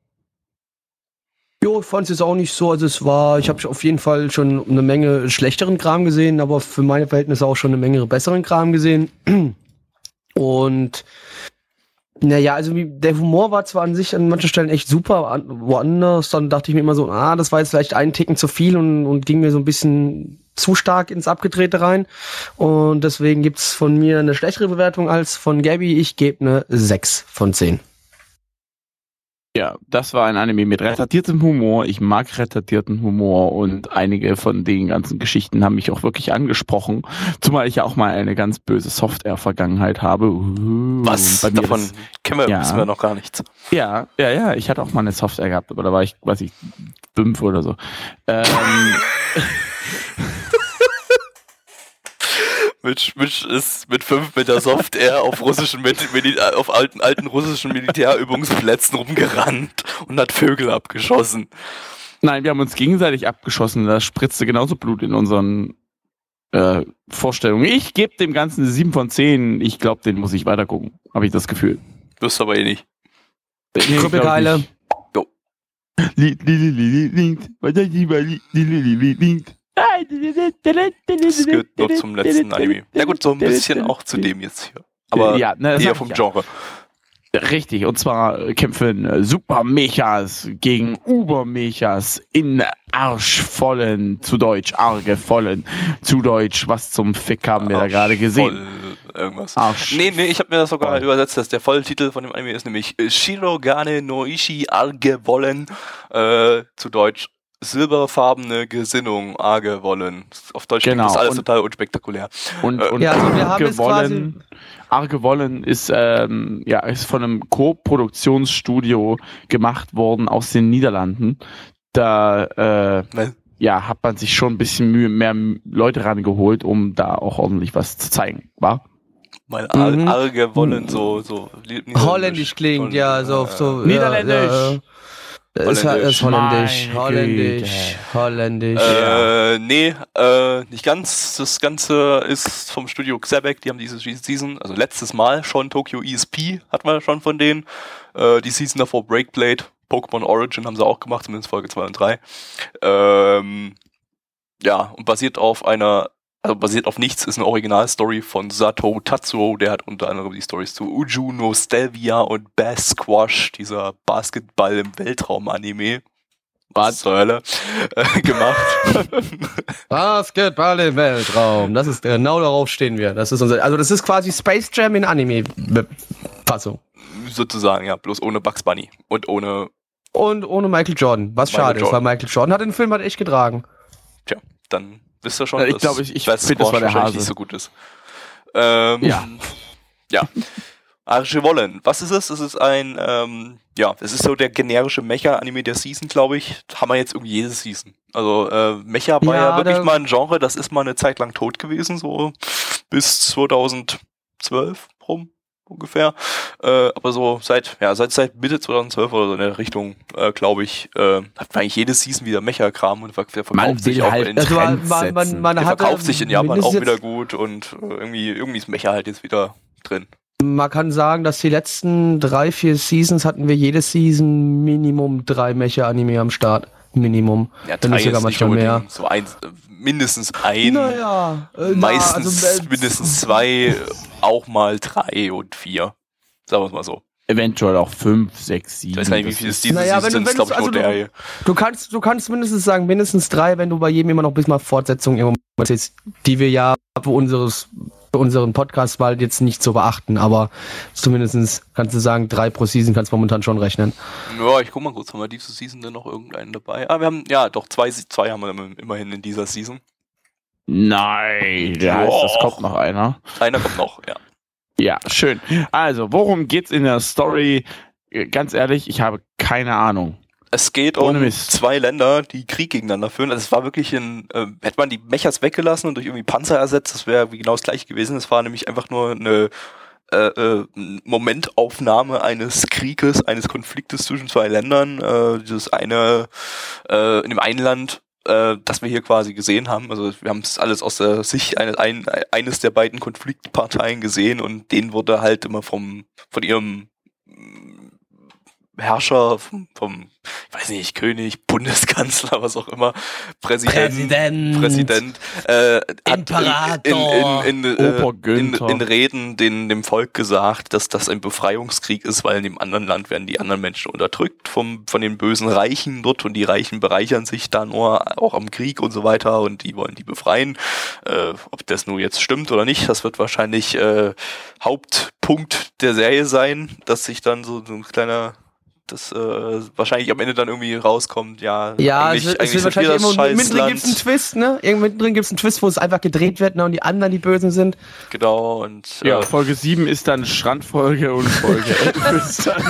Speaker 3: Jo, ich fand es jetzt auch nicht so. Also es war, ich habe auf jeden Fall schon eine Menge schlechteren Kram gesehen, aber für meine Verhältnisse auch schon eine Menge besseren Kram gesehen. Und naja, also wie- der Humor war zwar an sich an manchen Stellen echt super, an, woanders dann dachte ich mir immer so, ah, das war jetzt vielleicht einen Ticken zu viel und, und ging mir so ein bisschen zu stark ins Abgedrehte rein. Und deswegen gibt's von mir eine schlechtere Bewertung als von Gabi. Ich gebe eine sechs von zehn.
Speaker 2: Ja, das war ein Anime mit retardiertem Humor. Ich mag retardierten Humor und einige von den ganzen Geschichten haben mich auch wirklich angesprochen. Zumal ich ja auch mal eine ganz böse Software-Vergangenheit habe. Uh,
Speaker 4: Was?
Speaker 2: bei mir
Speaker 4: Davon
Speaker 2: das-
Speaker 4: kennen wir,
Speaker 2: Ja.
Speaker 4: wissen wir noch gar nichts.
Speaker 2: Ja, ja, ja. Ich hatte auch mal eine Software gehabt, aber da war ich, weiß ich, fünf oder so. Ähm,
Speaker 4: Mitch, Mitch ist mit fünf mit der Software auf russischen Mil- Mil- auf alten, alten russischen Militärübungsplätzen rumgerannt und hat Vögel abgeschossen.
Speaker 2: nein, wir haben uns gegenseitig abgeschossen. Da spritzte genauso Blut in unseren äh, Vorstellungen. Ich gebe dem Ganzen eine sieben von zehn. Ich glaube, den muss ich weiter gucken. Habe ich das Gefühl.
Speaker 4: Wirst aber eh nicht.
Speaker 2: Nee, ich glaub
Speaker 3: Krüppelkeile.
Speaker 2: nicht.
Speaker 4: Jo.
Speaker 2: Li- li- li- li- li- linkt. Weiter lieber li- li- li- li- li- linkt.
Speaker 4: Das gehört nur zum letzten Anime. Ja gut, so ein bisschen auch zu dem jetzt hier. Aber
Speaker 2: ja, ne, das
Speaker 4: eher
Speaker 2: sag
Speaker 4: vom
Speaker 2: ich ja.
Speaker 4: Genre.
Speaker 2: Richtig, und zwar kämpfen äh, Super-Mechas gegen Uber-Mechas in arschvollen, zu Deutsch argevollen, zu Deutsch, was zum Fick haben wir da gerade gesehen.
Speaker 4: Voll irgendwas.
Speaker 2: Arsch.
Speaker 4: Nee, nee, ich habe mir das sogar
Speaker 2: Voll.
Speaker 4: übersetzt, dass der Volltitel von dem Anime ist nämlich äh, Shirogane no Ishi Argewollen, äh, zu Deutsch silberfarbene Gesinnung Argewollen. Auf Deutsch klingt
Speaker 2: Genau,
Speaker 4: das alles
Speaker 2: und-
Speaker 4: total unspektakulär.
Speaker 2: Und,
Speaker 4: Äh,
Speaker 2: und
Speaker 3: Ja, also wir haben jetzt
Speaker 2: Argewollen, Argewollen ist, ähm, ja, ist von einem Co-Produktionsstudio gemacht worden aus den Niederlanden. Da äh,
Speaker 4: Weil-
Speaker 2: ja, hat man sich schon ein bisschen Mühe, mehr Leute rangeholt, um da auch ordentlich was zu zeigen, war?
Speaker 4: Weil Ar
Speaker 3: Mhm.
Speaker 4: Argewollen so, so niederländisch
Speaker 3: Holländisch klingt,
Speaker 4: und,
Speaker 3: ja, so,
Speaker 4: äh,
Speaker 3: so.
Speaker 2: Niederländisch.
Speaker 3: Ja, ja. Ist, ist holländisch,
Speaker 2: Meine
Speaker 3: holländisch,
Speaker 2: Güte.
Speaker 3: holländisch.
Speaker 4: Äh, nee, äh, nicht ganz. Das Ganze ist vom Studio Xebec, die haben diese Season, also letztes Mal schon Tokyo E S P hatten wir schon von denen. Äh, die Season davor Breakblade, Pokémon Origin haben sie auch gemacht, zumindest Folge zwei und drei. Ähm, ja, und basiert auf einer, also basiert auf nichts, ist eine Originalstory von Sato Tatsuo, der hat unter anderem die Stories zu Uju no Stelvia und Bass Squash, dieser Basketball im Weltraum-Anime. Was zur Hölle, äh, gemacht.
Speaker 3: Basketball im Weltraum. Das ist genau darauf stehen wir. Das ist unser, also das ist quasi Space Jam in Anime-Fassung.
Speaker 4: Sozusagen, ja, bloß ohne Bugs Bunny und ohne,
Speaker 3: Und ohne Michael Jordan. Was
Speaker 4: Michael
Speaker 3: schade ist, weil
Speaker 4: Jordan.
Speaker 3: Michael Jordan hat den Film halt echt getragen.
Speaker 4: tja, dann wisst ihr schon,
Speaker 2: Ja, ich
Speaker 4: dass
Speaker 2: glaube, ich- ich
Speaker 4: Bass
Speaker 2: finde, das war
Speaker 4: Squash
Speaker 2: der
Speaker 4: wahrscheinlich
Speaker 2: Hase.
Speaker 4: nicht so gut ist. Ähm,
Speaker 2: Ja.
Speaker 4: Ja. Archewollen. Was ist es? Es ist ein, ähm, ja, es ist so der generische Mecha-Anime der Season, glaube ich. Haben wir jetzt irgendwie jede Season. Also, äh, Mecha war ja,
Speaker 3: Ja,
Speaker 4: wirklich
Speaker 3: da-
Speaker 4: mal ein Genre, das ist mal eine Zeit lang tot gewesen, so bis zweitausendzwölf rum ungefähr. Äh, aber so seit, ja, seit, seit Mitte zweitausendzwölf oder so in der Richtung, äh, glaube ich, äh, hat eigentlich jede Season wieder Mecha-Kram und ver- der verkauft
Speaker 2: Man
Speaker 4: sich
Speaker 2: will
Speaker 4: auch
Speaker 2: halt
Speaker 4: in
Speaker 2: Also
Speaker 3: man, man, man,
Speaker 2: setzen.
Speaker 3: man
Speaker 4: der
Speaker 3: hatte
Speaker 4: verkauft sich in Japan auch
Speaker 3: mindestens
Speaker 4: wieder
Speaker 3: jetzt-
Speaker 4: gut und äh, irgendwie, irgendwie ist Mecha halt jetzt wieder drin.
Speaker 3: Man kann sagen, dass die letzten drei, vier Seasons hatten wir jede Season Minimum drei Mecha-Anime am Start. Minimum.
Speaker 4: Ja,
Speaker 3: wenn
Speaker 4: drei
Speaker 3: nicht sogar
Speaker 4: ist nicht
Speaker 3: manchmal mehr.
Speaker 4: unbedingt so ein, mindestens ein,
Speaker 3: Naja, äh,
Speaker 4: meistens
Speaker 3: na, also, äh,
Speaker 4: mindestens zwei, auch mal drei und vier. Sagen wir es mal so.
Speaker 2: Eventuell auch fünf, sechs, sieben.
Speaker 4: Ich weiß gar nicht, wie viel es diese
Speaker 3: Naja,
Speaker 4: Season
Speaker 3: wenn du-
Speaker 4: sind,
Speaker 3: wenn
Speaker 4: glaube ich,
Speaker 3: du-
Speaker 4: nur
Speaker 3: also
Speaker 4: der
Speaker 3: du-
Speaker 4: hier.
Speaker 3: Du kannst, du kannst mindestens sagen, mindestens drei, wenn du bei jedem immer noch bis mal Fortsetzungen irgendwo erzählst, die wir ja für unseres, für unseren Podcast mal jetzt nicht so beachten, aber zumindest kannst du sagen, drei pro Season kannst du momentan schon rechnen.
Speaker 4: Ja, ich guck mal kurz, haben wir diese Season denn noch irgendeinen dabei? Ah, wir haben, ja, doch, zwei, zwei haben wir immerhin in dieser Season.
Speaker 2: Nein, der heißt, es kommt noch einer.
Speaker 4: Einer kommt noch, ja.
Speaker 2: Ja, schön. Also, worum geht's in der Story? Ganz ehrlich, ich habe keine Ahnung.
Speaker 4: Es geht
Speaker 2: Ohne
Speaker 4: um
Speaker 2: Mist.
Speaker 4: zwei Länder, die Krieg gegeneinander führen. Also es war wirklich ein, äh, hätte man die Mechas weggelassen und durch irgendwie Panzer ersetzt, das wäre genau das gleiche gewesen. Es war nämlich einfach nur eine äh, äh, Momentaufnahme eines Krieges, eines Konfliktes zwischen zwei Ländern. Äh, dieses eine, äh, in dem einen Land, äh, das wir hier quasi gesehen haben. Also wir haben es alles aus der Sicht eines, ein, eines der beiden Konfliktparteien gesehen und denen wurde halt immer vom, von ihrem Herrscher, vom, vom, ich weiß nicht, König, Bundeskanzler, was auch immer, Präsident,
Speaker 3: Präsident,
Speaker 4: Präsident äh,
Speaker 3: Imperator,
Speaker 4: in, in, in, äh,
Speaker 2: Opa
Speaker 4: in,
Speaker 2: Günther.
Speaker 4: in Reden den, dem Volk gesagt, dass das ein Befreiungskrieg ist, weil in dem anderen Land werden die anderen Menschen unterdrückt vom, von den bösen Reichen dort und die Reichen bereichern sich da nur auch am Krieg und so weiter und die wollen die befreien. Äh, ob das nun jetzt stimmt oder nicht, das wird wahrscheinlich äh, Hauptpunkt der Serie sein, dass sich dann so, so ein kleiner das äh, wahrscheinlich am Ende dann irgendwie rauskommt, ja,
Speaker 3: Ja,
Speaker 4: eigentlich,
Speaker 3: es wird,
Speaker 4: eigentlich
Speaker 3: es wird
Speaker 4: sind wir
Speaker 3: wahrscheinlich
Speaker 4: das
Speaker 3: irgendwo mittendrin
Speaker 4: Scheißland.
Speaker 3: gibt's einen Twist, ne? Irgendwo mittendrin gibt's einen Twist, wo es einfach gedreht wird, ne? Und die anderen die Bösen sind.
Speaker 4: Genau, und äh,
Speaker 2: Ja, Folge sieben ist dann Strandfolge und Folge elf ist dann,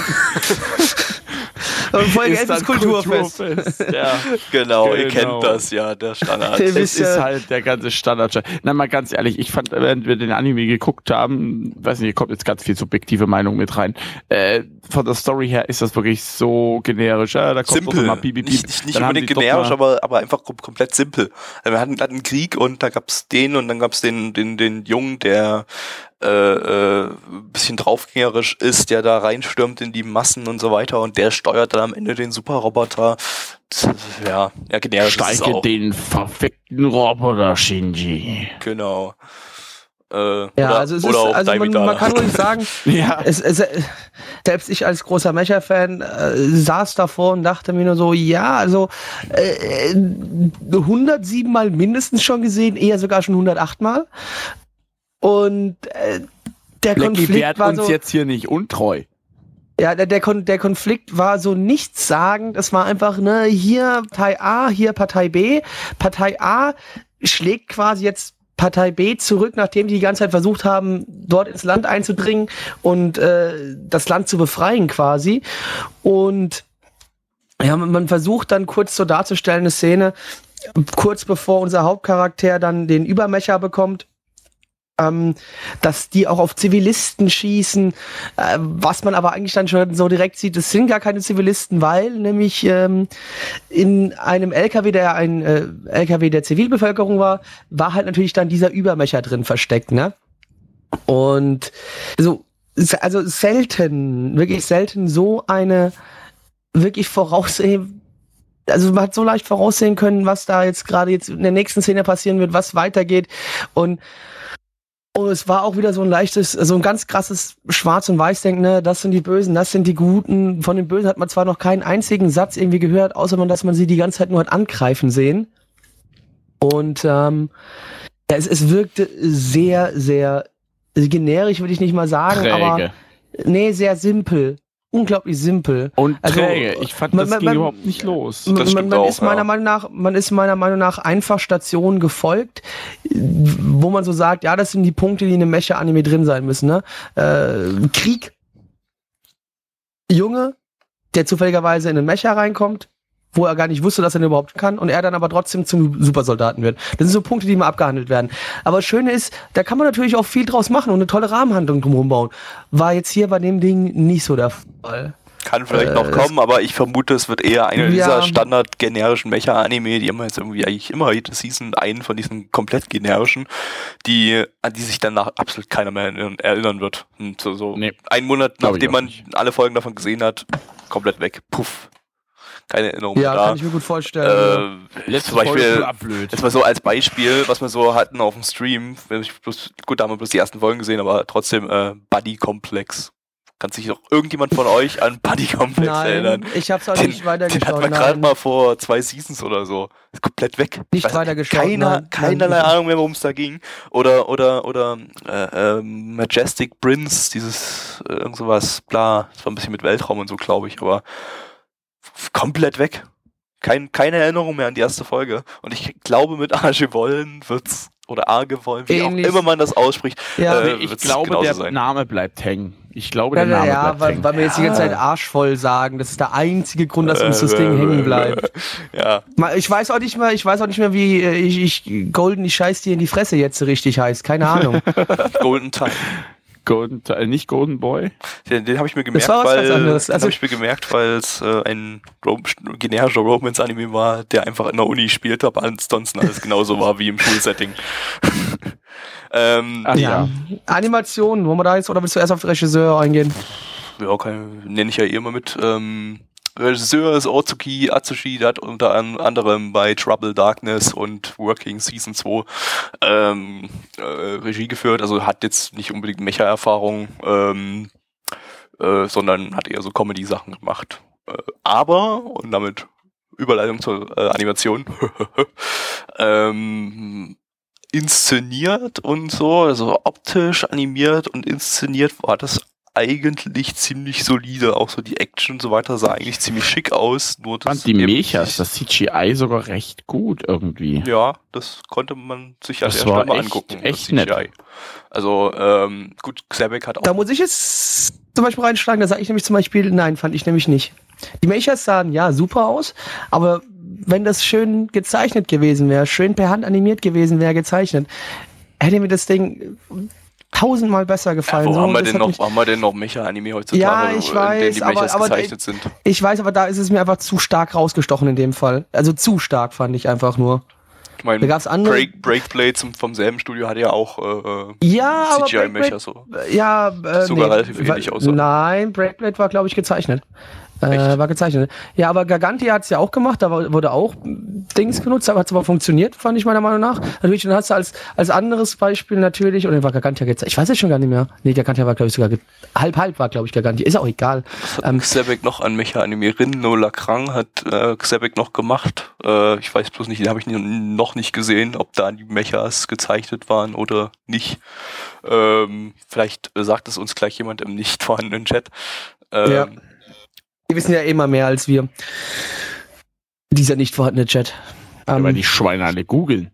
Speaker 3: Und Folge elf
Speaker 2: dann
Speaker 3: ist Kulturfest.
Speaker 2: Kulturfest. Ja.
Speaker 4: genau, ihr
Speaker 2: Genau.
Speaker 4: kennt das ja, der Standard.
Speaker 3: Ihr
Speaker 2: Es
Speaker 3: wisst
Speaker 2: ist
Speaker 3: ja-
Speaker 2: halt der ganze Standard. Na, mal ganz ehrlich, ich fand, während wir den Anime geguckt haben, weiß nicht, hier kommt jetzt ganz viel subjektive Meinung mit rein. Äh, von der Story her ist das wirklich so generisch. Ja, da kommt
Speaker 4: Simpel,
Speaker 2: mal piep, piep,
Speaker 4: nicht,
Speaker 2: piep.
Speaker 4: nicht, nicht
Speaker 2: Dann haben
Speaker 4: unbedingt
Speaker 2: die doch
Speaker 4: generisch,
Speaker 2: mal-
Speaker 4: aber, aber einfach kom komplett simpel. Wir hatten gerade einen Krieg und da gab's den und dann gab's den, den, den Jungen, der äh, äh, ein bisschen draufgängerisch ist, der da reinstürmt in die Massen und so weiter und der steuert dann am Ende den Superroboter. Das, ja, ja, generisch ist es
Speaker 2: Steige
Speaker 4: auch.
Speaker 2: den verfickten Roboter, Shinji.
Speaker 4: Genau. Äh,
Speaker 3: Ja,
Speaker 4: oder,
Speaker 3: also es
Speaker 4: oder
Speaker 3: ist,
Speaker 4: auch
Speaker 3: also man,
Speaker 4: Daimidala.
Speaker 3: man kann ruhig sagen,
Speaker 2: Ja.
Speaker 3: es, es, selbst ich als großer Mecha-Fan äh, saß davor und dachte mir nur so, ja, also äh, hundertsieben Mal mindestens schon gesehen, eher sogar schon hundertacht Mal. Und äh, der
Speaker 2: Blackie
Speaker 3: Konflikt
Speaker 2: wehrt
Speaker 3: war
Speaker 2: uns
Speaker 3: so,
Speaker 2: jetzt hier nicht untreu.
Speaker 3: ja, der, der, Kon der Konflikt war so nichtssagend. Es war einfach, ne, hier Partei A, hier Partei B. Partei A schlägt quasi jetzt Partei B zurück, nachdem die die ganze Zeit versucht haben, dort ins Land einzudringen und äh, das Land zu befreien quasi. Und ja, man, man versucht dann kurz so darzustellen, eine Szene, kurz bevor unser Hauptcharakter dann den Übermecher bekommt, ähm, dass die auch auf Zivilisten schießen, äh, was man aber eigentlich dann schon so direkt sieht, es sind gar keine Zivilisten, weil nämlich ähm, in einem L K W, der ein äh, L K W der Zivilbevölkerung war, war halt natürlich dann dieser Übermecher drin versteckt, ne? Und so, also selten, wirklich selten so eine wirklich voraussehen, also man hat so leicht voraussehen können, was da jetzt gerade jetzt in der nächsten Szene passieren wird, was weitergeht und Und es war auch wieder so ein leichtes, so ein ganz krasses Schwarz- und Weiß-Denken, ne? Das sind die Bösen, das sind die Guten. Von den Bösen hat man zwar noch keinen einzigen Satz irgendwie gehört, außer man, dass man sie die ganze Zeit nur hat angreifen sehen. Und ähm, ja, es, es wirkte sehr, sehr generisch, würde ich nicht mal sagen,
Speaker 2: Träge.
Speaker 3: aber nee, sehr simpel. Unglaublich simpel.
Speaker 2: Und
Speaker 3: Also,
Speaker 2: träge. Ich fand,
Speaker 3: man-
Speaker 2: das
Speaker 3: man-
Speaker 2: ging
Speaker 3: man-
Speaker 2: überhaupt nicht los.
Speaker 4: Das
Speaker 3: man,
Speaker 4: stimmt
Speaker 3: man
Speaker 4: auch,
Speaker 3: ist meiner
Speaker 4: ja.
Speaker 3: Meinung nach, man ist meiner Meinung nach einfach Stationen gefolgt, wo man so sagt, ja, das sind die Punkte, die in einem Mecha-Anime drin sein müssen. Ne? Äh, Krieg, Junge, der zufälligerweise in einen Mecha reinkommt, wo er gar nicht wusste, dass er den überhaupt kann und er dann aber trotzdem zum Supersoldaten wird. Das sind so Punkte, die immer abgehandelt werden. Aber das Schöne ist, da kann man natürlich auch viel draus machen und eine tolle Rahmenhandlung drumherum bauen. War jetzt hier bei dem Ding nicht so der Fall.
Speaker 4: Kann vielleicht
Speaker 3: Äh,
Speaker 4: noch kommen, aber ich vermute, es wird eher einer
Speaker 3: Ja.
Speaker 4: dieser standard-generischen Mecha-Anime, die haben jetzt irgendwie eigentlich immer jede Season einen von diesen komplett generischen, die, an die sich danach absolut keiner mehr erinnern, erinnern wird. Und so, so
Speaker 2: Nee.
Speaker 4: einen Monat,
Speaker 2: Glaub ich
Speaker 4: nachdem
Speaker 2: auch
Speaker 4: man
Speaker 2: nicht.
Speaker 4: alle Folgen davon gesehen hat, komplett weg. Puff. Keine Erinnerung
Speaker 3: Ja,
Speaker 4: mehr da.
Speaker 3: kann ich mir gut vorstellen.
Speaker 4: Äh,
Speaker 2: Letzte
Speaker 4: zum Beispiel,
Speaker 2: Folge war blöd.
Speaker 4: jetzt mal so als Beispiel, was wir so hatten auf dem Stream, wenn ich bloß, gut, da haben wir bloß die ersten Folgen gesehen, aber trotzdem äh, Buddy-Komplex. Kann sich noch irgendjemand von euch an Buddy-Komplex erinnern?
Speaker 3: Nein, ich hab's auch
Speaker 4: Den,
Speaker 3: nicht
Speaker 4: den hat
Speaker 3: weitergeschaut.
Speaker 4: man gerade
Speaker 3: Nein.
Speaker 4: mal vor zwei Seasons oder so. Ist komplett weg.
Speaker 3: Nicht
Speaker 4: Ich weiß
Speaker 3: weitergeschaut,
Speaker 4: Keiner,
Speaker 3: nein.
Speaker 4: keinerlei
Speaker 3: Nein.
Speaker 4: Ahnung mehr, worum es da ging. Oder, oder, oder äh, äh, Majestic Prince, dieses äh, irgend sowas, bla. Das war ein bisschen mit Weltraum und so, glaube ich, aber f- komplett weg. Kein, keine Erinnerung mehr an die erste Folge. Und ich glaube, mit Argewollen wird's, oder Argewollen, wie
Speaker 3: Ähnlich.
Speaker 4: auch immer man das ausspricht,
Speaker 3: Ja,
Speaker 4: äh,
Speaker 2: Nee, ich
Speaker 4: wird's
Speaker 2: glaube,
Speaker 4: genauso
Speaker 2: der
Speaker 4: sein.
Speaker 2: Name bleibt hängen. Ich glaube,
Speaker 3: ja,
Speaker 2: der Name
Speaker 3: ja,
Speaker 2: bleibt
Speaker 3: weil,
Speaker 2: hängen.
Speaker 3: weil wir jetzt die ganze Zeit arschvoll sagen. Das ist der einzige Grund, dass uns das
Speaker 4: Äh,
Speaker 3: Ding
Speaker 4: äh,
Speaker 3: hängen
Speaker 4: äh,
Speaker 3: bleibt.
Speaker 4: Ja,
Speaker 3: Mal, Ich weiß auch nicht mehr, ich weiß auch nicht mehr, wie äh, ich, ich Golden, ich scheiß dir in die Fresse jetzt so richtig heißt. Keine Ahnung.
Speaker 4: Golden Time.
Speaker 2: Golden, äh, nicht Golden Boy.
Speaker 4: Den, den habe ich mir gemerkt,
Speaker 3: war was
Speaker 4: weil
Speaker 3: ganz anderes.
Speaker 4: den
Speaker 3: Also-
Speaker 4: habe ich mir gemerkt, weil es äh, ein Rom generischer Romance-Anime war, der einfach in der Uni spielte, aber ansonsten alles genauso war wie im Schulsetting. ähm,
Speaker 2: Ach ja.
Speaker 3: Animation, wollen wir da jetzt, oder willst du erst auf den Regisseur eingehen?
Speaker 4: ja, nenne ich ja eh immer mit. Ähm, Regisseur ist Otsuki Atsushi, der hat unter an- anderem bei Trouble Darkness und Working Season zwei ähm, äh, Regie geführt, also hat jetzt nicht unbedingt Mecha-Erfahrung, ähm, äh, sondern hat eher so Comedy-Sachen gemacht. Äh, aber, und damit Überleitung zur äh, Animation, ähm, inszeniert und so, also optisch animiert und inszeniert war das eigentlich ziemlich solide. Auch so die Action und so weiter sah eigentlich ziemlich schick aus. Nur
Speaker 2: Ich
Speaker 4: das
Speaker 2: fand die
Speaker 4: eben
Speaker 2: Mechas,
Speaker 4: nicht-
Speaker 2: das C G I sogar recht gut irgendwie.
Speaker 4: Ja, das konnte man sich an
Speaker 2: Das
Speaker 4: der
Speaker 2: war
Speaker 4: Stelle mal
Speaker 2: echt-
Speaker 4: angucken.
Speaker 2: echt
Speaker 4: das C G I. Also, ähm, gut, Xebec hat auch...
Speaker 3: Da muss ich jetzt zum Beispiel reinschlagen, da sage ich nämlich zum Beispiel, nein, fand ich nämlich nicht. Die Mechas sahen ja super aus, aber wenn das schön gezeichnet gewesen wäre, schön per Hand animiert gewesen wäre, gezeichnet, hätte mir das Ding tausendmal besser gefallen.
Speaker 4: Wo
Speaker 3: So,
Speaker 4: haben wir
Speaker 3: das
Speaker 4: denn
Speaker 3: hat
Speaker 4: noch,
Speaker 3: mich-
Speaker 4: haben wir denn noch Mecha-Anime heutzutage,
Speaker 3: Ja, ich
Speaker 4: in denen
Speaker 3: weiß,
Speaker 4: die
Speaker 3: aber-
Speaker 4: Mechas
Speaker 3: aber-
Speaker 4: gezeichnet sind?
Speaker 3: Ich weiß, aber da ist es mir einfach zu stark rausgestochen in dem Fall. Also zu stark fand ich einfach nur.
Speaker 4: Ich meine,
Speaker 3: Da gab's andere-
Speaker 4: Break, Breakblade zum, vom selben Studio hatte ja auch äh,
Speaker 3: Ja, aber
Speaker 4: C G I-Mecha
Speaker 3: Breakblade-
Speaker 4: so.
Speaker 3: Ja, äh,
Speaker 4: sogar
Speaker 3: nee,
Speaker 4: relativ ähnlich
Speaker 3: wa-
Speaker 4: aussah.
Speaker 3: Nein, Breakblade war, glaube ich, gezeichnet. Äh,
Speaker 4: Echt?
Speaker 3: war gezeichnet. Ja, aber Gargantia hat es ja auch gemacht, da war- wurde auch Dings genutzt, aber hat es aber funktioniert, fand ich meiner Meinung nach. Natürlich, dann hast du als, als anderes Beispiel natürlich, oder war Gargantia gezeichnet? Ich weiß es schon gar nicht mehr. Nee, Gargantia war, glaube ich, sogar ge- halb, halb war, glaube ich, Gargantia. Ist auch egal. Ähm,
Speaker 4: Xebec noch an Mecha-Anime. Rinno Lacrang hat äh, Xebec noch gemacht. Äh, ich weiß bloß nicht, den habe ich nie, noch nicht gesehen, ob da die Mechas gezeichnet waren oder nicht. Ähm, vielleicht äh, sagt es uns gleich jemand im nicht vorhandenen Chat. Ähm,
Speaker 3: Ja. Die wissen ja immer mehr als wir. Dieser nicht vorhandene Chat.
Speaker 2: Ja,
Speaker 3: Ähm,
Speaker 2: weil die Schweine alle googeln.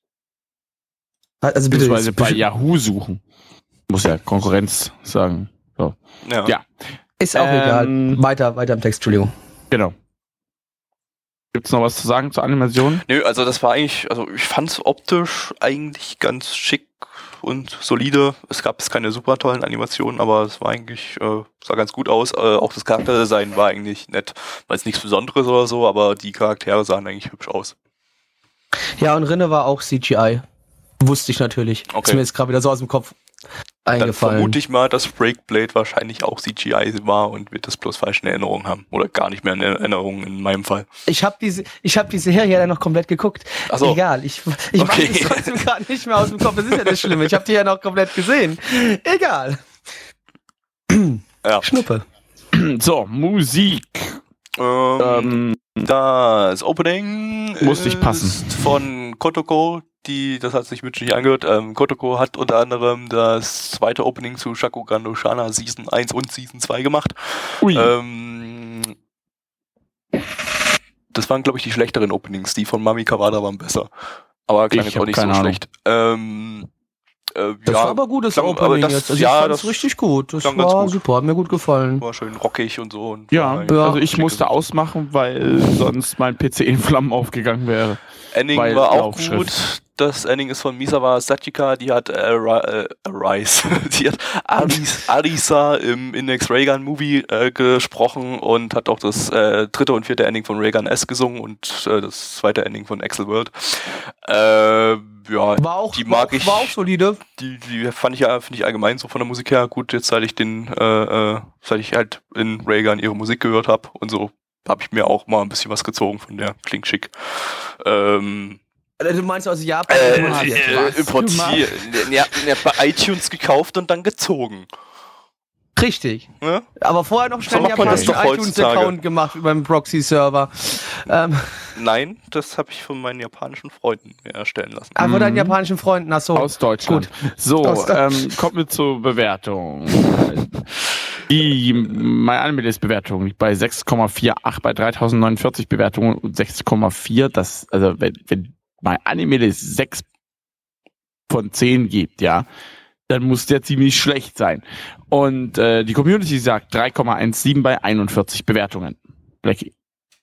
Speaker 3: also bitte,
Speaker 2: Beziehungsweise bei
Speaker 3: ist,
Speaker 2: Yahoo suchen. Muss ja Konkurrenz sagen. So.
Speaker 4: ja.
Speaker 2: Ja.
Speaker 3: ist auch
Speaker 2: Ähm,
Speaker 3: egal. Weiter, weiter im Text, Entschuldigung.
Speaker 2: Genau. Gibt's noch was zu sagen zur Animation?
Speaker 4: Nö, also das war eigentlich, also ich fand's optisch eigentlich ganz schick und solide. Es gab jetzt keine super tollen Animationen, aber es war eigentlich, äh, sah ganz gut aus. Äh, auch das Charakterdesign war eigentlich nett. War jetzt nichts Besonderes oder so, aber die Charaktere sahen eigentlich hübsch aus.
Speaker 3: Ja, und Rinne war auch C G I. Wusste ich natürlich.
Speaker 4: Okay.
Speaker 3: Ist mir jetzt gerade wieder so aus dem Kopf
Speaker 4: Dann
Speaker 3: eingefallen.
Speaker 4: vermute ich mal, dass Breakblade wahrscheinlich auch C G I war und wird das bloß falsch in Erinnerung haben. Oder gar nicht mehr in Erinnerung in meinem Fall.
Speaker 3: Ich habe diese, ich habe die Serie ja noch komplett geguckt.
Speaker 4: Ach so.
Speaker 3: Egal, ich, ich
Speaker 4: Okay.
Speaker 3: weiß es trotzdem gerade nicht mehr aus dem Kopf. Das ist ja das Schlimme. Ich habe die ja noch komplett gesehen. Egal.
Speaker 4: Ja.
Speaker 3: Schnuppe.
Speaker 2: So, Musik.
Speaker 4: Ähm,
Speaker 2: Ähm,
Speaker 4: Das Opening
Speaker 2: Muss nicht
Speaker 4: ist
Speaker 2: passen.
Speaker 4: von Kotoko, die, das hat sich Mitch nicht angehört. Ähm, Kotoko hat unter anderem das zweite Opening zu Shakugan no Shana Season eins und Season zwei gemacht.
Speaker 2: ui.
Speaker 4: Ähm, das waren, glaube ich, die schlechteren Openings. Die von Mami Kawada waren besser. Aber klang
Speaker 2: Ich
Speaker 4: jetzt auch
Speaker 2: hab
Speaker 4: nicht so
Speaker 2: keine Ahnung.
Speaker 4: schlecht. Ähm, äh,
Speaker 3: Das
Speaker 4: ja,
Speaker 3: war aber gut, das
Speaker 4: klang-
Speaker 3: Opening
Speaker 4: aber das-
Speaker 3: jetzt. Also
Speaker 4: ja,
Speaker 3: ich fand's
Speaker 4: das
Speaker 3: richtig gut. Das
Speaker 4: klang ganz
Speaker 3: war
Speaker 4: gut.
Speaker 3: super, hat mir gut gefallen.
Speaker 4: war schön rockig und so. Und
Speaker 2: ja,
Speaker 4: war
Speaker 3: ja,
Speaker 2: also ich
Speaker 4: schick
Speaker 2: musste
Speaker 4: und-
Speaker 2: ausmachen, weil sonst mein P C in Flammen aufgegangen wäre.
Speaker 4: Ending
Speaker 2: weil
Speaker 4: war auch
Speaker 2: Laufschrift.
Speaker 4: gut. das Ending ist von Misawa Satika, die hat äh, äh, Rise, die hat Aris, Arisa im Index Reagan Movie äh, gesprochen und hat auch das äh, dritte und vierte Ending von Reagan S gesungen und äh, das zweite Ending von Axel World. Äh, ja,
Speaker 3: war auch,
Speaker 4: die mag
Speaker 3: war,
Speaker 4: ich.
Speaker 3: War auch solide.
Speaker 4: Die, die fand ich ja, finde ich allgemein so von der Musik her gut, jetzt seit ich den, äh, äh, seit ich halt in Reagan ihre Musik gehört habe und so, habe ich mir auch mal ein bisschen was gezogen von der. Klingt schick. Ähm,
Speaker 3: Du meinst aus Japan?
Speaker 4: Äh,
Speaker 3: importiert.
Speaker 4: äh, importiert. Ja, ja, bei iTunes gekauft und dann gezogen.
Speaker 3: Richtig.
Speaker 4: Ja?
Speaker 3: Aber vorher noch schnell
Speaker 4: So
Speaker 3: einen
Speaker 4: macht man das
Speaker 3: japanischen
Speaker 4: doch heutzutage.
Speaker 3: iTunes-Account gemacht über einen Proxy-Server. Ähm,
Speaker 4: Nein, das habe ich von meinen japanischen Freunden mir erstellen lassen.
Speaker 3: aber deinen japanischen Freunden, achso.
Speaker 2: Aus Deutschland.
Speaker 3: Gut.
Speaker 2: So,
Speaker 3: Aus
Speaker 2: ähm, kommen wir zur Bewertung. Die MyAnimeList-Bewertung liegt bei sechs Komma achtundvierzig, bei dreitausendneunundvierzig Bewertungen und sechs Komma vier. Das, also wenn, wenn MyAnimeList sechs von zehn gibt, ja, dann muss der ziemlich schlecht sein. Und äh, die Community sagt drei Komma siebzehn bei einundvierzig Bewertungen. Blackie.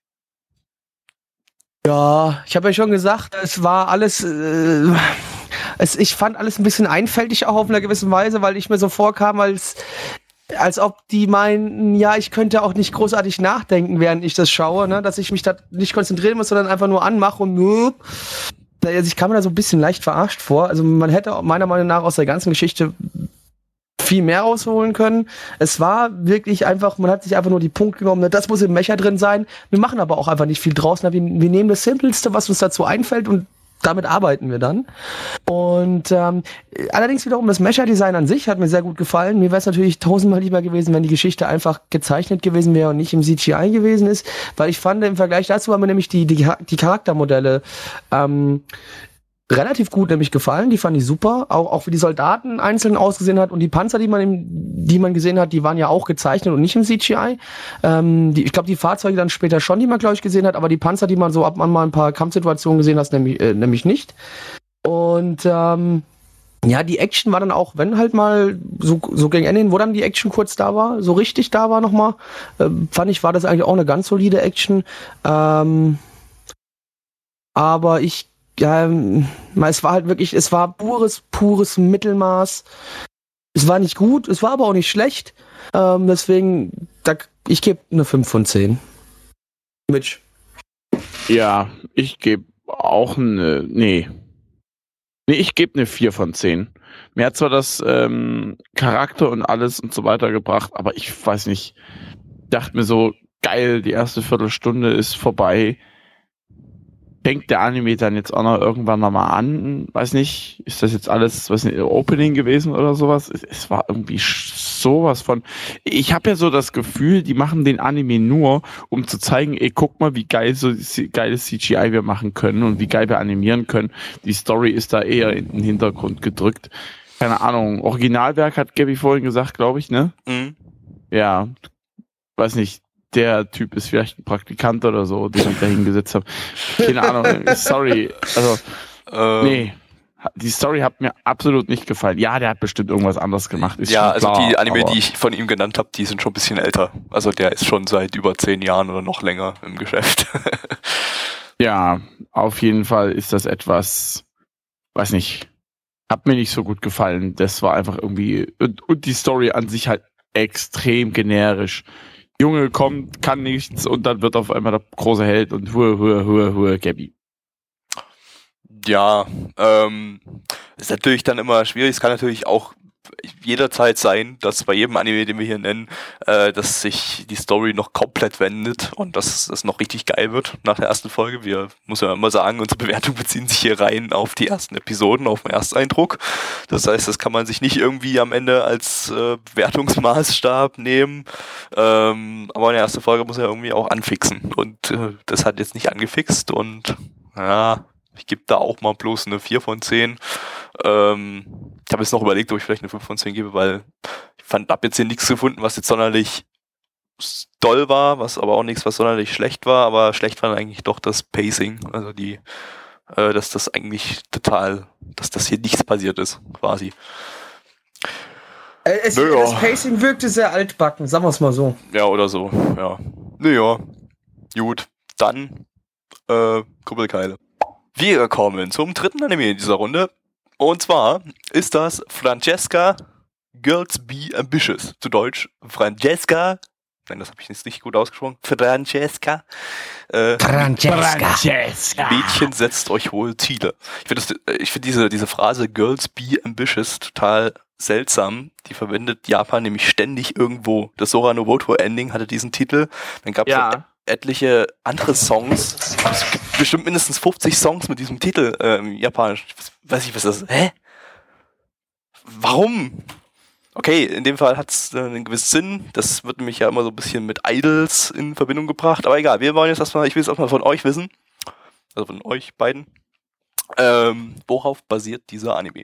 Speaker 3: Ja, ich habe ja schon gesagt, es war alles, äh, es, ich fand alles ein bisschen einfältig auch auf einer gewissen Weise, weil ich mir so vorkam, als, als ob die meinen, ja, ich könnte auch nicht großartig nachdenken, während ich das schaue, ne, dass ich mich da nicht konzentrieren muss, sondern einfach nur anmache und nö. Also ich kam mir da so ein bisschen leicht verarscht vor. Also man hätte meiner Meinung nach aus der ganzen Geschichte viel mehr rausholen können. Es war wirklich einfach, man hat sich einfach nur die Punkte genommen, ne, das muss im Mecha drin sein. Wir machen aber auch einfach nicht viel draus. Ne? Wir, wir nehmen das Simpleste, was uns dazu einfällt und damit arbeiten wir dann. Und ähm, allerdings wiederum das Mecha-Design an sich hat mir sehr gut gefallen. Mir wäre es natürlich tausendmal lieber gewesen, wenn die Geschichte einfach gezeichnet gewesen wäre und nicht im C G I gewesen ist, weil ich fand, im Vergleich dazu haben mir nämlich die, die, die Charaktermodelle ähm, relativ gut nämlich gefallen, die fand ich super, auch, auch wie die Soldaten einzeln ausgesehen hat und die Panzer, die man im, die man gesehen hat, die waren ja auch gezeichnet und nicht im C G I. Ähm, die, ich glaube, die Fahrzeuge dann später schon, die man, glaube ich, gesehen hat, aber die Panzer, die man so ab man mal ein paar Kampfsituationen gesehen hat, nämlich, äh, nämlich nicht. Und ähm, ja, die Action war dann auch, wenn halt mal so, so gegen Ende hin, wo dann die Action kurz da war, so richtig da war nochmal, äh, fand ich, war das eigentlich auch eine ganz solide Action. Ähm, aber ich Ja, es war halt wirklich, es war pures, pures Mittelmaß. Es war nicht gut, es war aber auch nicht schlecht. Ähm, deswegen, da, ich gebe eine fünf von zehn. Mitch.
Speaker 2: Ja, ich gebe auch eine, nee. Nee, ich gebe eine vier von zehn. Mir hat zwar das ähm, Charakter und alles und so weiter gebracht, aber ich weiß nicht, dachte mir so, geil, die erste Viertelstunde ist vorbei. Fängt der Anime dann jetzt auch noch irgendwann nochmal an? Weiß nicht, ist das jetzt alles, weiß nicht, Opening gewesen oder sowas? Es, es war irgendwie sowas von. Ich habe ja so das Gefühl, die machen den Anime nur, um zu zeigen, ey, guck mal, wie geil so geiles C G I wir machen können und wie geil wir animieren können. Die Story ist da eher in den Hintergrund gedrückt. Keine Ahnung, Originalwerk hat Gabby vorhin gesagt, glaube ich, ne? Mhm. Ja, weiß nicht. Der Typ ist vielleicht ein Praktikant oder so, den ich da hingesetzt habe. Keine Ahnung, sorry. Also, ähm. nee. Die Story hat mir absolut nicht gefallen. Ja, der hat bestimmt irgendwas anderes gemacht. Ist
Speaker 4: ja, also
Speaker 2: klar,
Speaker 4: die Anime, die ich von ihm genannt habe, die sind schon ein bisschen älter. Also der ist schon seit über zehn Jahren oder noch länger im Geschäft.
Speaker 2: Ja, auf jeden Fall ist das etwas, weiß nicht, hat mir nicht so gut gefallen. Das war einfach irgendwie, und, und die Story an sich halt extrem generisch. Junge kommt, kann nichts und dann wird auf einmal der große Held und hue, hue, hue, hue, Gabby.
Speaker 4: Ja, ähm, ist natürlich dann immer schwierig. Es kann natürlich auch jederzeit sein, dass bei jedem Anime, den wir hier nennen, äh, dass sich die Story noch komplett wendet und dass es noch richtig geil wird nach der ersten Folge. Wir, muss ja immer sagen, unsere Bewertungen beziehen sich hier rein auf die ersten Episoden, auf den Ersteindruck. Das heißt, das kann man sich nicht irgendwie am Ende als äh, Wertungsmaßstab nehmen. Ähm, aber eine erste Folge muss ja irgendwie auch anfixen und äh, das hat jetzt nicht angefixt und ja, ich gebe da auch mal bloß eine vier von zehn. Ähm, ich habe jetzt noch überlegt, ob ich vielleicht eine fünf von zehn gebe, weil ich fand, habe jetzt hier nichts gefunden, was jetzt sonderlich doll war, was aber auch nichts, was sonderlich schlecht war, aber schlecht war eigentlich doch das Pacing, also die, äh, dass das eigentlich total, dass das hier nichts passiert ist, quasi.
Speaker 3: Es, naja. Das Pacing wirkte sehr altbacken, sagen wir es mal so.
Speaker 4: Ja, oder so, ja. Naja, gut, dann äh, Kuppelkeile. Wir kommen zum dritten Anime in dieser Runde. Und zwar ist das Francesca Girls Be Ambitious. Zu Deutsch Francesca. Nein, das habe ich jetzt nicht gut ausgesprochen. Francesca. Äh,
Speaker 3: Francesca.
Speaker 4: Mädchen, setzt euch hohe Ziele. Ich finde ich finde diese, diese Phrase Girls Be Ambitious total seltsam. Die verwendet Japan nämlich ständig irgendwo. Das Sora no Boto Ending hatte diesen Titel. Dann gab es
Speaker 2: Ja.
Speaker 4: etliche andere Songs. Es gibt bestimmt mindestens fünfzig Songs mit diesem Titel äh, im Japanisch. Weiß ich, was das ist. Hä? Warum? Okay, in dem Fall hat es äh, einen gewissen Sinn. Das wird nämlich ja immer so ein bisschen mit Idols in Verbindung gebracht. Aber egal, wir wollen jetzt erstmal, ich will jetzt erstmal von euch wissen, also von euch beiden, ähm, worauf basiert dieser Anime?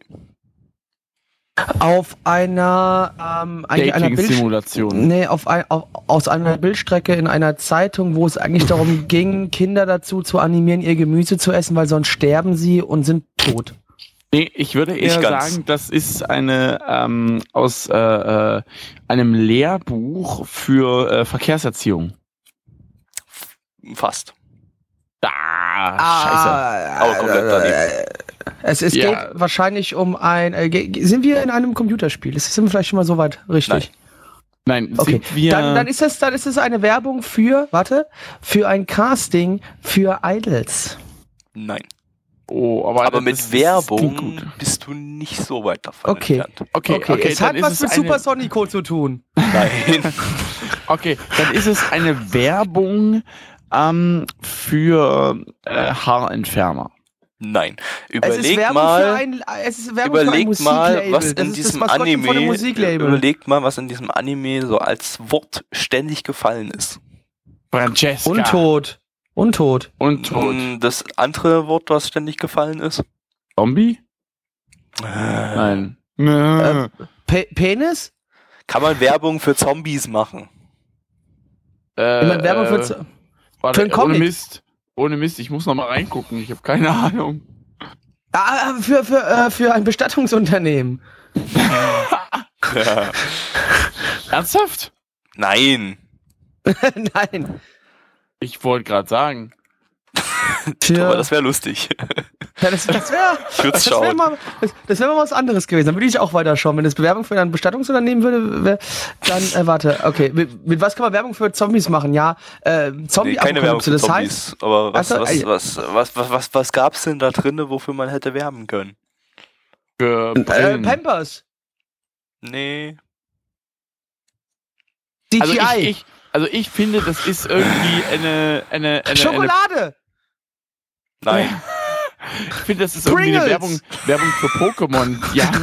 Speaker 3: Auf einer, ähm, eigentlich einer Bild
Speaker 2: Dating-Simulation.
Speaker 3: Nee, auf ein, auf, aus einer Bildstrecke in einer Zeitung, wo es eigentlich darum ging, Kinder dazu zu animieren, ihr Gemüse zu essen, weil sonst sterben sie und sind tot.
Speaker 2: Nee, ich würde eher
Speaker 4: Nicht ganz.
Speaker 2: sagen, das ist eine ähm, aus äh, äh, einem Lehrbuch für äh, Verkehrserziehung.
Speaker 4: Fast.
Speaker 2: Ah, scheiße.
Speaker 4: Aber komplett daneben.
Speaker 3: Es, es
Speaker 2: Ja.
Speaker 3: geht wahrscheinlich um ein. Äh, ge- sind wir in einem Computerspiel? Das sind wir vielleicht schon mal so weit richtig.
Speaker 2: Nein,
Speaker 3: Okay.
Speaker 2: sind wir...
Speaker 3: Dann, dann ist das, dann ist es eine Werbung für, warte, für ein Casting für Idols.
Speaker 4: Nein.
Speaker 2: oh, aber
Speaker 4: Aber
Speaker 2: das-
Speaker 4: mit
Speaker 2: das klingt
Speaker 4: Werbung
Speaker 2: gut.
Speaker 4: bist du nicht so weit davon
Speaker 3: Okay.
Speaker 4: entfernt.
Speaker 2: Okay, okay,
Speaker 3: Okay, es
Speaker 2: dann
Speaker 3: hat
Speaker 2: ist
Speaker 3: was
Speaker 2: es
Speaker 3: mit
Speaker 2: eine,
Speaker 3: Super Sonico zu tun.
Speaker 4: Nein.
Speaker 2: Okay, dann ist es eine Werbung ähm, für äh, Haarentferner.
Speaker 4: Nein.
Speaker 3: Es ist
Speaker 4: Überleg
Speaker 3: Werbung für
Speaker 4: mal,
Speaker 3: ein, es ist Werbung für ein
Speaker 4: überlegt mal,
Speaker 3: Musiklabel.
Speaker 4: was
Speaker 3: Das
Speaker 4: in
Speaker 3: ist
Speaker 4: diesem
Speaker 3: das Maskottchen von einem
Speaker 4: Anime,
Speaker 3: Musiklabel.
Speaker 4: überlegt mal, was in diesem Anime so als Wort ständig gefallen ist.
Speaker 2: Francesca.
Speaker 3: Untot. Untot.
Speaker 2: Und tot.
Speaker 4: Mm, Das andere Wort, was ständig gefallen ist?
Speaker 2: Zombie?
Speaker 4: Äh,
Speaker 2: Nein.
Speaker 3: Äh, Pe Penis?
Speaker 4: Kann man Werbung für Zombies machen?
Speaker 2: Äh,
Speaker 3: Ich meine, Werbung für,
Speaker 2: äh,
Speaker 3: Z-
Speaker 2: warte,
Speaker 3: für einen Comic.
Speaker 2: Ohne Mist. Ohne Mist, ich muss noch mal reingucken. Ich habe keine Ahnung.
Speaker 3: ah, für, für, äh, für ein Bestattungsunternehmen.
Speaker 4: Ja.
Speaker 2: Ernsthaft?
Speaker 4: Nein.
Speaker 3: Nein.
Speaker 2: Ich wollte gerade sagen.
Speaker 3: Für,
Speaker 4: Aber das wäre lustig.
Speaker 3: ja, das das wäre
Speaker 4: Ich würde
Speaker 3: das wär
Speaker 4: schauen.
Speaker 3: mal, das, das wär mal was anderes gewesen. Dann würde ich auch weiter schauen. Wenn es Bewerbung für ein Bestattungsunternehmen würde, wär, dann, äh, warte, okay. Mit, mit was kann man Werbung für Zombies machen? Ja, äh,
Speaker 4: Nee,
Speaker 3: zombie
Speaker 4: keine Werbung für
Speaker 3: das
Speaker 4: Zombies.
Speaker 3: heißt,
Speaker 4: Aber was,
Speaker 3: Ach so,
Speaker 4: was,
Speaker 3: ey.
Speaker 4: was, was, was, was, was gab's denn da drin, wofür man hätte werben können?
Speaker 2: Für
Speaker 3: äh,
Speaker 2: Brillen.
Speaker 3: Pampers.
Speaker 4: Nee.
Speaker 3: C G I.
Speaker 2: also, ich, ich, also ich finde, das ist irgendwie eine... eine, eine, eine
Speaker 3: Schokolade.
Speaker 4: Nein.
Speaker 2: ich finde, das ist irgendwie eine
Speaker 3: Pringles.
Speaker 2: Werbung, Werbung für Pokémon. Ja.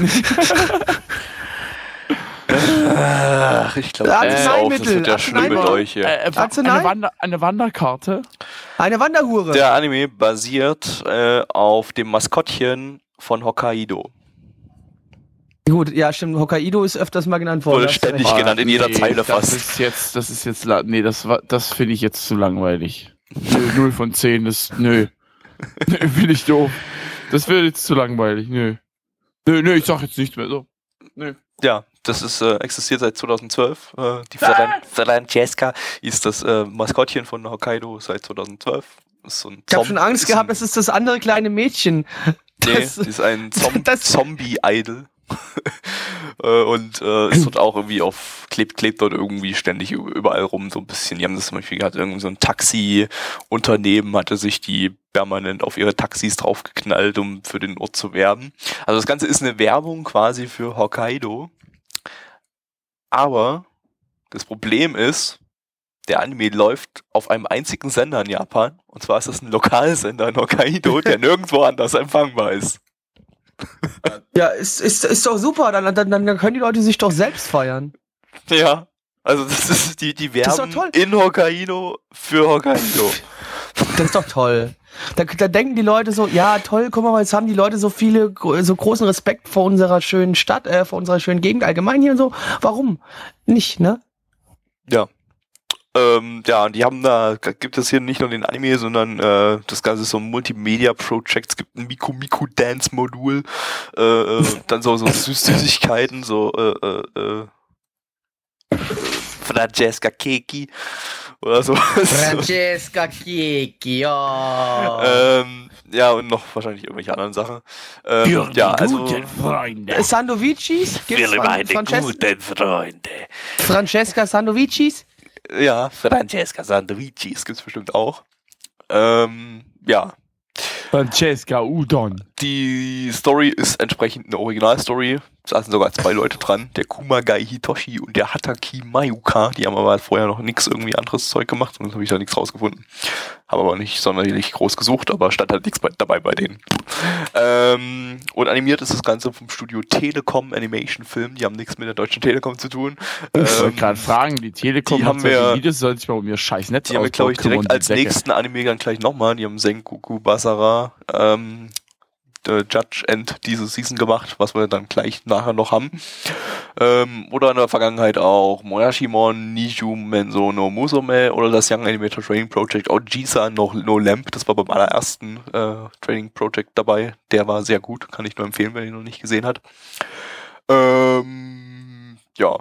Speaker 4: Ach, ich glaube,
Speaker 3: Ja,
Speaker 4: das ist auf. Das
Speaker 3: Arzneimittel,
Speaker 4: wird ja schlimm mit
Speaker 3: Arzneimittel.
Speaker 4: euch hier.
Speaker 2: äh,
Speaker 3: Arznei?
Speaker 2: eine, Wander, eine Wanderkarte.
Speaker 3: Eine Wanderhure.
Speaker 4: Der Anime basiert äh, auf dem Maskottchen von Hokkaido.
Speaker 3: Gut, ja, stimmt. Hokkaido ist öfters mal genannt worden.
Speaker 4: Wurde
Speaker 3: hast du
Speaker 4: ständig
Speaker 3: recht.
Speaker 4: genannt, in jeder
Speaker 2: nee,
Speaker 4: Zeile
Speaker 2: das
Speaker 4: fast.
Speaker 2: Ist jetzt, das ist jetzt... la- Nee, das, war- das finde ich jetzt zu langweilig. Nö, null von zehn, das... Nö. Nö, finde ich doof. Das wird jetzt zu langweilig, nö. Nö, nö, ich sag jetzt nichts mehr so. Nö.
Speaker 4: Ja, das ist äh, existiert seit zweitausendzwölf. Äh, die Fran Francesca ist das äh, Maskottchen von Hokkaido seit zweitausendzwölf. Ist so ein
Speaker 3: Ich habe
Speaker 4: Zom-
Speaker 3: schon Angst
Speaker 4: ist
Speaker 3: gehabt,
Speaker 4: ein,
Speaker 3: das ist das andere kleine Mädchen.
Speaker 4: Nee,
Speaker 3: Das-
Speaker 4: sie ist ein Zom
Speaker 3: das-
Speaker 4: Zombie-Idol. äh, und äh, ist dort auch irgendwie auf, klebt, klebt dort irgendwie ständig ü- überall rum, so ein bisschen. Die haben das zum Beispiel gehabt, irgendwie so ein Taxi-Unternehmen hatte sich die permanent auf ihre Taxis draufgeknallt, um für den Ort zu werben. Also das Ganze ist eine Werbung quasi für Hokkaido. Aber das Problem ist, der Anime läuft auf einem einzigen Sender in Japan. Und zwar ist das ein Lokalsender in Hokkaido, der nirgendwo anders empfangbar ist.
Speaker 3: Ja, ist, ist, ist doch super. Dann, dann, dann können die Leute sich doch selbst feiern.
Speaker 4: Ja, also das ist die, die
Speaker 3: Das ist
Speaker 4: Werben
Speaker 3: doch toll.
Speaker 4: in Hokkaido für Hokkaido.
Speaker 3: Das ist doch toll. Da, da denken die Leute so, ja toll, guck mal, jetzt haben die Leute so viele, gro- so großen Respekt vor unserer schönen Stadt, äh, vor unserer schönen Gegend allgemein hier und so. Warum nicht, ne?
Speaker 4: Ja. Ähm, ja, und die haben da, gibt es hier nicht nur den Anime, sondern äh, das Ganze ist so ein Multimedia-Projekt. Es gibt ein Miku-Miku-Dance-Modul, äh, äh, dann so, so Süß Süßigkeiten, so äh, äh, äh, Francesca Keki oder so.
Speaker 3: Francesca Kiki, ja.
Speaker 4: ähm, ja, und noch wahrscheinlich irgendwelche anderen Sachen. Ähm,
Speaker 2: Für
Speaker 4: ja,
Speaker 2: die
Speaker 4: also
Speaker 2: guten Freunde.
Speaker 3: Äh, Sandovicis? Gibt's
Speaker 4: für
Speaker 3: Fran
Speaker 4: meine
Speaker 3: Frances
Speaker 4: guten Freunde.
Speaker 3: Francesca Sandovicis?
Speaker 4: Ja, Francesca Sandovicis gibt's bestimmt auch. Ähm, ja,
Speaker 2: Francesca Udon.
Speaker 4: die Story ist entsprechend eine Originalstory. Es saßen sogar zwei Leute dran, der Kumagai Hitoshi und der Hataki Mayuka. Die haben aber vorher noch nichts irgendwie anderes Zeug gemacht, sonst habe ich da nichts rausgefunden. Habe aber nicht sonderlich groß gesucht, aber stand halt nichts bei, dabei bei denen. Ähm, und animiert ist das Ganze vom Studio Telekom Animation Film. Die haben nichts mit der Deutschen Telekom zu tun.
Speaker 2: Ich wollte
Speaker 4: Ähm,
Speaker 2: gerade fragen, die Telekom
Speaker 4: die
Speaker 2: hat
Speaker 4: haben
Speaker 2: solche
Speaker 4: wir-
Speaker 2: Videos, soll sich mal um ihr scheiß Netz
Speaker 4: Die haben wir, glaube ich,
Speaker 2: ausbauen,
Speaker 4: direkt
Speaker 2: und die
Speaker 4: als
Speaker 2: Decke.
Speaker 4: nächsten Anime dann gleich nochmal. Die haben Sengoku Basara, ähm, The Judge End diese Season gemacht, was wir dann gleich nachher noch haben. Ähm, oder in der Vergangenheit auch Moyashimon, Niju Menso no Musume oder das Young Animator Training Project Ojisa no, no Lamp. Das war beim allerersten äh, Training Project dabei. Der war sehr gut, kann ich nur empfehlen, wer ihn noch nicht gesehen hat. Ähm, ja.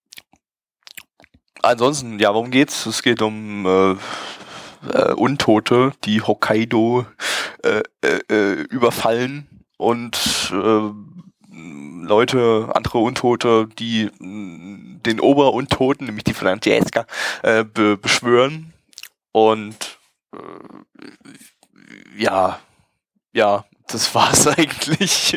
Speaker 4: Ansonsten, ja, worum geht's? Es geht um äh, äh, Untote, die Hokkaido äh, äh, äh, überfallen und äh, Leute, andere Untote, die mh, den Oberuntoten, nämlich die Francesca, äh, be beschwören. Und äh, ja, ja, das war's eigentlich.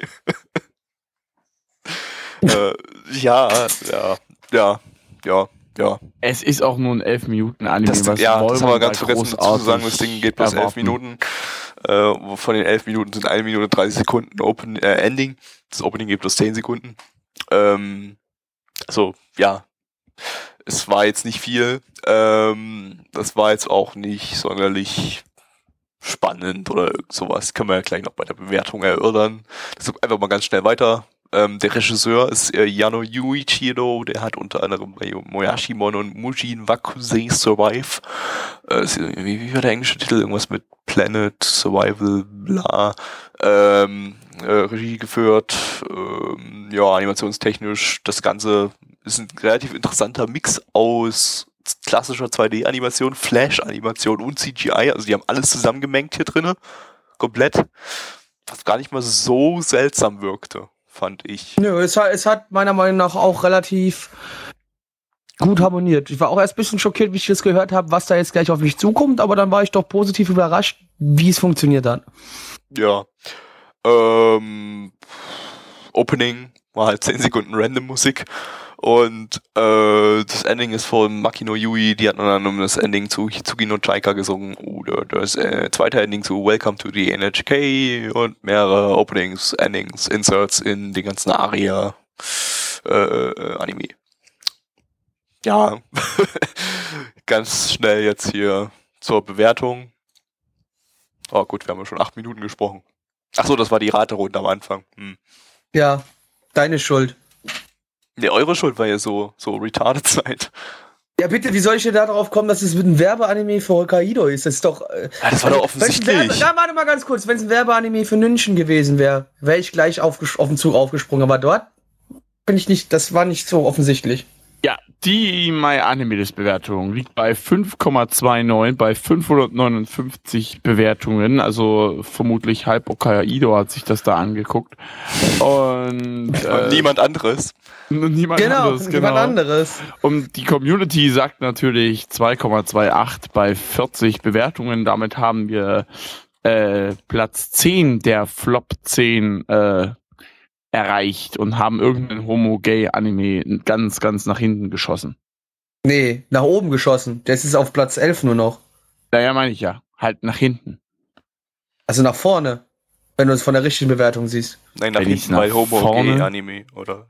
Speaker 4: äh, ja, ja, ja, ja. Ja,
Speaker 2: Es ist auch nur ein elf Minuten Anime.
Speaker 4: das,
Speaker 2: was
Speaker 4: ja,
Speaker 2: wollen
Speaker 4: das
Speaker 2: wir
Speaker 4: haben wir
Speaker 2: da
Speaker 4: ganz vergessen dazu zu
Speaker 2: großartig
Speaker 4: sagen, das Ding geht bloß elf
Speaker 2: erwarten?
Speaker 4: Minuten. Äh, von den elf Minuten sind eine Minute dreißig Sekunden Open, äh, Ending. Das Opening geht bloß zehn Sekunden. Ähm, also, ja, es war jetzt nicht viel. Ähm, das war jetzt auch nicht sonderlich spannend oder irgend sowas. Können wir ja gleich noch bei der Bewertung erörtern. Deshalb einfach mal ganz schnell weiter. Ähm, der Regisseur ist äh, Yano Yuichiro, der hat unter anderem bei Moyashimon und Mujin Wakusei Survive, äh, ist, wie, wie war der englische Titel? Irgendwas mit Planet, Survival, bla, ähm, äh, Regie geführt, ähm, ja, animationstechnisch, das Ganze ist ein relativ interessanter Mix aus klassischer zwei D-Animation, Flash-Animation und C G I, also die haben alles zusammengemengt hier drinne, komplett, was gar nicht mal so seltsam wirkte. Fand ich.
Speaker 3: Nö, es hat, es hat meiner Meinung nach auch relativ gut harmoniert. Ich war auch erst ein bisschen schockiert, wie ich das gehört habe, was da jetzt gleich auf mich zukommt, aber dann war ich doch positiv überrascht, wie es funktioniert hat.
Speaker 4: Ja. Ähm, Opening war halt zehn Sekunden Random Musik und äh, das Ending ist von Makino Yui, die hat dann das Ending zu Hitsugi no Chaika gesungen oder das äh, zweite Ending zu Welcome to the N H K und mehrere Openings, Endings, Inserts in die ganzen Aria äh, Anime. Ja, ganz schnell jetzt hier zur Bewertung. Oh gut, wir haben ja schon acht Minuten gesprochen. Ach so, das war die Raterunde am Anfang. Hm.
Speaker 3: Ja, deine Schuld.
Speaker 4: Ne, eure Schuld war ja so, so retarded seid.
Speaker 3: Ja, bitte, wie soll ich denn da drauf kommen, dass es ein Werbeanime für Hokkaido ist? Das ist doch. Äh,
Speaker 4: Ja, das war doch offensichtlich.
Speaker 3: Werbe, na, warte mal ganz kurz. Wenn es ein Werbeanime für Nünchen gewesen wäre, wäre ich gleich auf, auf den Zug aufgesprungen. Aber dort bin ich nicht. Das war nicht so offensichtlich.
Speaker 2: Ja, die MyAnimeList-Bewertung liegt bei fünf Komma neunundzwanzig bei fünfhundertneunundfünfzig Bewertungen. Also vermutlich halb Hokkaido hat sich das da angeguckt. Und, äh,
Speaker 4: Und niemand anderes.
Speaker 2: niemand
Speaker 3: Genau,
Speaker 2: anderes. Genau.
Speaker 3: jemand anderes.
Speaker 2: Und die Community sagt natürlich zwei Komma achtundzwanzig bei vierzig Bewertungen. Damit haben wir äh, Platz zehn der Flop zehn äh, erreicht und haben irgendeinen Homo-Gay-Anime ganz, ganz nach hinten geschossen.
Speaker 3: Nee, nach oben geschossen. Das ist auf Platz elf nur noch.
Speaker 2: Naja, meine ich ja. Halt nach hinten.
Speaker 3: Also nach vorne. Wenn du es von der richtigen Bewertung siehst.
Speaker 4: Nein, nach
Speaker 2: Wenn ich's
Speaker 4: hinten,
Speaker 2: nach
Speaker 4: weil Homo
Speaker 2: vorne-
Speaker 4: Gay Anime, oder?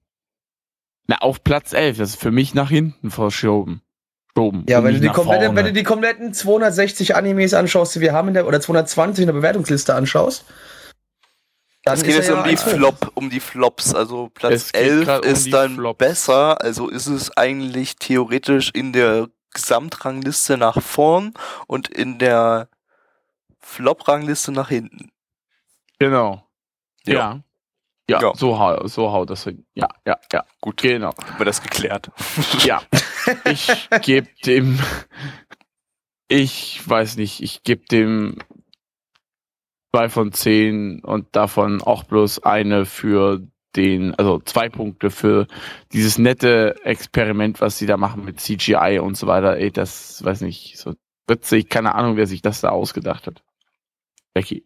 Speaker 2: Na, auf Platz elf. Das ist für mich nach hinten verschoben. Schoben.
Speaker 3: Ja,
Speaker 2: Und
Speaker 3: wenn du,
Speaker 2: nicht
Speaker 3: die
Speaker 2: nach
Speaker 3: komplette,
Speaker 2: vorne.
Speaker 3: wenn du die kompletten zweihundertsechzig Animes anschaust, die wir haben in der, oder zweihundertzwanzig in der Bewertungsliste anschaust, dann
Speaker 4: Es geht
Speaker 3: ist
Speaker 4: jetzt
Speaker 3: er
Speaker 4: um
Speaker 3: ja
Speaker 4: die
Speaker 3: eins.
Speaker 4: Flop, um die Flops. Also Platz
Speaker 2: Es geht
Speaker 4: elf
Speaker 2: grad um
Speaker 4: ist
Speaker 2: die
Speaker 4: dann
Speaker 2: Flops.
Speaker 4: besser. Also ist es eigentlich theoretisch in der Gesamtrangliste nach vorn und in der Flop-Rangliste nach hinten.
Speaker 2: Genau.
Speaker 4: Ja.
Speaker 2: Ja. Ja,
Speaker 4: Ja.
Speaker 2: So, hau- so haut das hin. Ja, ja, ja.
Speaker 4: Gut,
Speaker 2: Genau.
Speaker 4: haben wir das geklärt.
Speaker 2: Ja. Ich gebe dem. Ich weiß nicht, ich gebe dem Zwei von zehn und davon auch bloß eine für den, also zwei Punkte für dieses nette Experiment, was sie da machen mit C G I und so weiter. Ey, das, weiß nicht, so witzig, keine Ahnung, wer sich das da ausgedacht hat. Becky.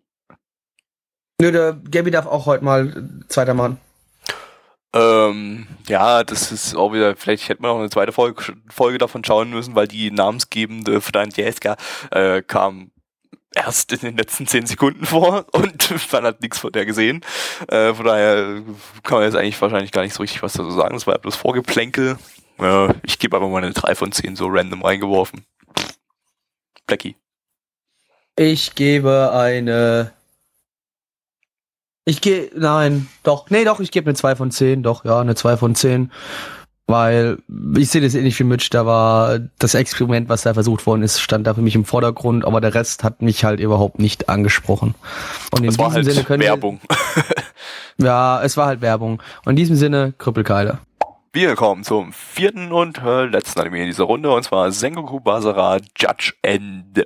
Speaker 3: Nö, der Gabi darf auch heute mal zweiter machen.
Speaker 4: Ähm, ja, das ist auch wieder, vielleicht hätte man noch eine zweite Folge, Folge davon schauen müssen, weil die namensgebende Franziska äh, kam erst in den letzten zehn Sekunden vor und man hat nichts von der gesehen. Äh, von daher kann man jetzt eigentlich wahrscheinlich gar nicht so richtig was dazu sagen. Das war ja bloß Vorgeplänkel. Ja, ich gebe einfach mal eine drei von zehn so random reingeworfen. Blackie.
Speaker 3: Ich gebe eine... Ich gehe, nein, doch, nee, doch, ich gebe eine zwei von zehn, doch, ja, eine zwei von zehn, weil ich sehe das ähnlich wie Mitch, da war das Experiment, was da versucht worden ist, stand da für mich im Vordergrund, aber der Rest hat mich halt überhaupt nicht angesprochen. Und in
Speaker 4: das war
Speaker 3: diesem
Speaker 4: halt
Speaker 3: Sinne können
Speaker 4: Werbung.
Speaker 3: Wir, ja, es war halt Werbung. Und in diesem Sinne, Krüppelkeile.
Speaker 4: Wir kommen zum vierten und äh, letzten Anime in dieser Runde, und zwar Sengoku Basara Judge End.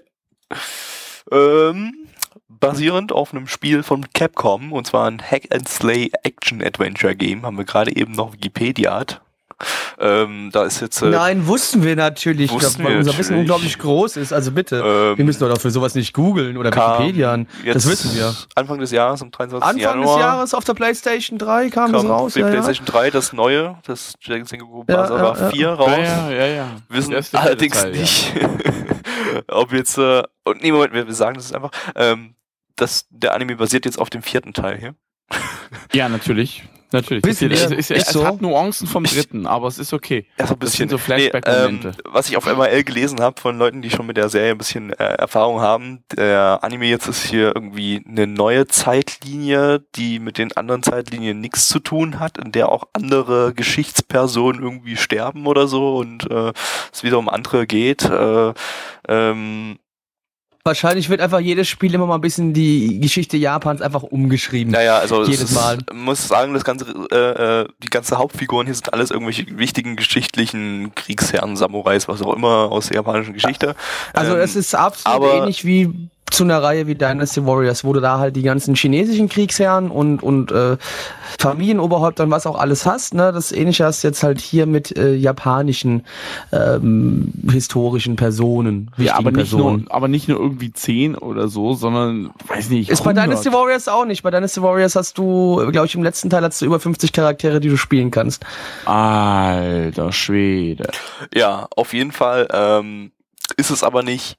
Speaker 4: Ähm... Basierend auf einem Spiel von Capcom, und zwar ein Hack-and-Slay-Action-Adventure-Game, haben wir gerade eben noch Wikipedia. Ähm, da ist jetzt... Äh,
Speaker 3: Nein, wussten wir natürlich,
Speaker 4: wussten
Speaker 3: weil
Speaker 4: wir
Speaker 3: unser
Speaker 4: natürlich.
Speaker 3: Wissen unglaublich groß ist. Also bitte,
Speaker 4: ähm,
Speaker 3: wir müssen doch für sowas nicht googeln oder Wikipedian. Das wissen wir.
Speaker 4: Anfang des Jahres, am dreiundzwanzigsten
Speaker 3: Anfang
Speaker 4: Januar,
Speaker 3: des Jahres auf der PlayStation drei kam,
Speaker 4: kam
Speaker 3: das raus.
Speaker 4: auf der
Speaker 3: Ja,
Speaker 4: PlayStation drei das neue, das Sengoku
Speaker 3: Ja,
Speaker 4: Basara
Speaker 3: ja, ja.
Speaker 4: vier raus.
Speaker 2: Ja, ja, ja, ja.
Speaker 4: Wissen
Speaker 2: Das erste
Speaker 4: allerdings
Speaker 2: Teil, ja.
Speaker 4: nicht, ob jetzt... Äh, und nee, Moment, wir, wir sagen das ist einfach... Ähm, das, der Anime basiert jetzt auf dem vierten Teil hier.
Speaker 2: Ja, natürlich. Natürlich.
Speaker 3: Wissen
Speaker 2: es,
Speaker 3: wir,
Speaker 2: es,
Speaker 3: ist
Speaker 2: es
Speaker 3: so?
Speaker 2: hat Nuancen vom dritten, aber es ist okay.
Speaker 4: Ja, so ein
Speaker 2: Das
Speaker 4: bisschen.
Speaker 2: sind so Flashback-Momente.
Speaker 4: Nee, ähm, was ich auf M R L gelesen habe von Leuten, die schon mit der Serie ein bisschen äh, Erfahrung haben, der Anime jetzt ist hier irgendwie eine neue Zeitlinie, die mit den anderen Zeitlinien nichts zu tun hat, in der auch andere Geschichtspersonen irgendwie sterben oder so und äh, es wieder um andere geht. Äh, ähm,
Speaker 3: Wahrscheinlich wird einfach jedes Spiel immer mal ein bisschen die Geschichte Japans einfach umgeschrieben.
Speaker 4: Naja, also
Speaker 3: Jedes
Speaker 4: es ist,
Speaker 3: Mal.
Speaker 4: muss sagen, das ganze, äh, äh, die ganze Hauptfiguren hier sind alles irgendwelche wichtigen geschichtlichen Kriegsherren, Samurais, was auch immer aus der japanischen Geschichte.
Speaker 3: Also
Speaker 4: ähm,
Speaker 3: es ist absolut
Speaker 4: aber-
Speaker 3: ähnlich wie zu einer Reihe wie Dynasty Warriors, wo du da halt die ganzen chinesischen Kriegsherren und und äh, Familienoberhäupter und was auch alles hast. Ne? Das Ähnliche hast du jetzt halt hier mit äh, japanischen ähm, historischen Personen, wichtigen
Speaker 2: Ja, aber nicht,
Speaker 3: Personen.
Speaker 2: nur, aber nicht nur irgendwie zehn oder so, sondern, weiß nicht,
Speaker 3: Ist bei
Speaker 2: hundert.
Speaker 3: Dynasty Warriors auch nicht. Bei Dynasty Warriors hast du, glaube ich, im letzten Teil hast du über fünfzig Charaktere, die du spielen kannst.
Speaker 2: Alter Schwede.
Speaker 4: Ja, auf jeden Fall ähm, ist es aber nicht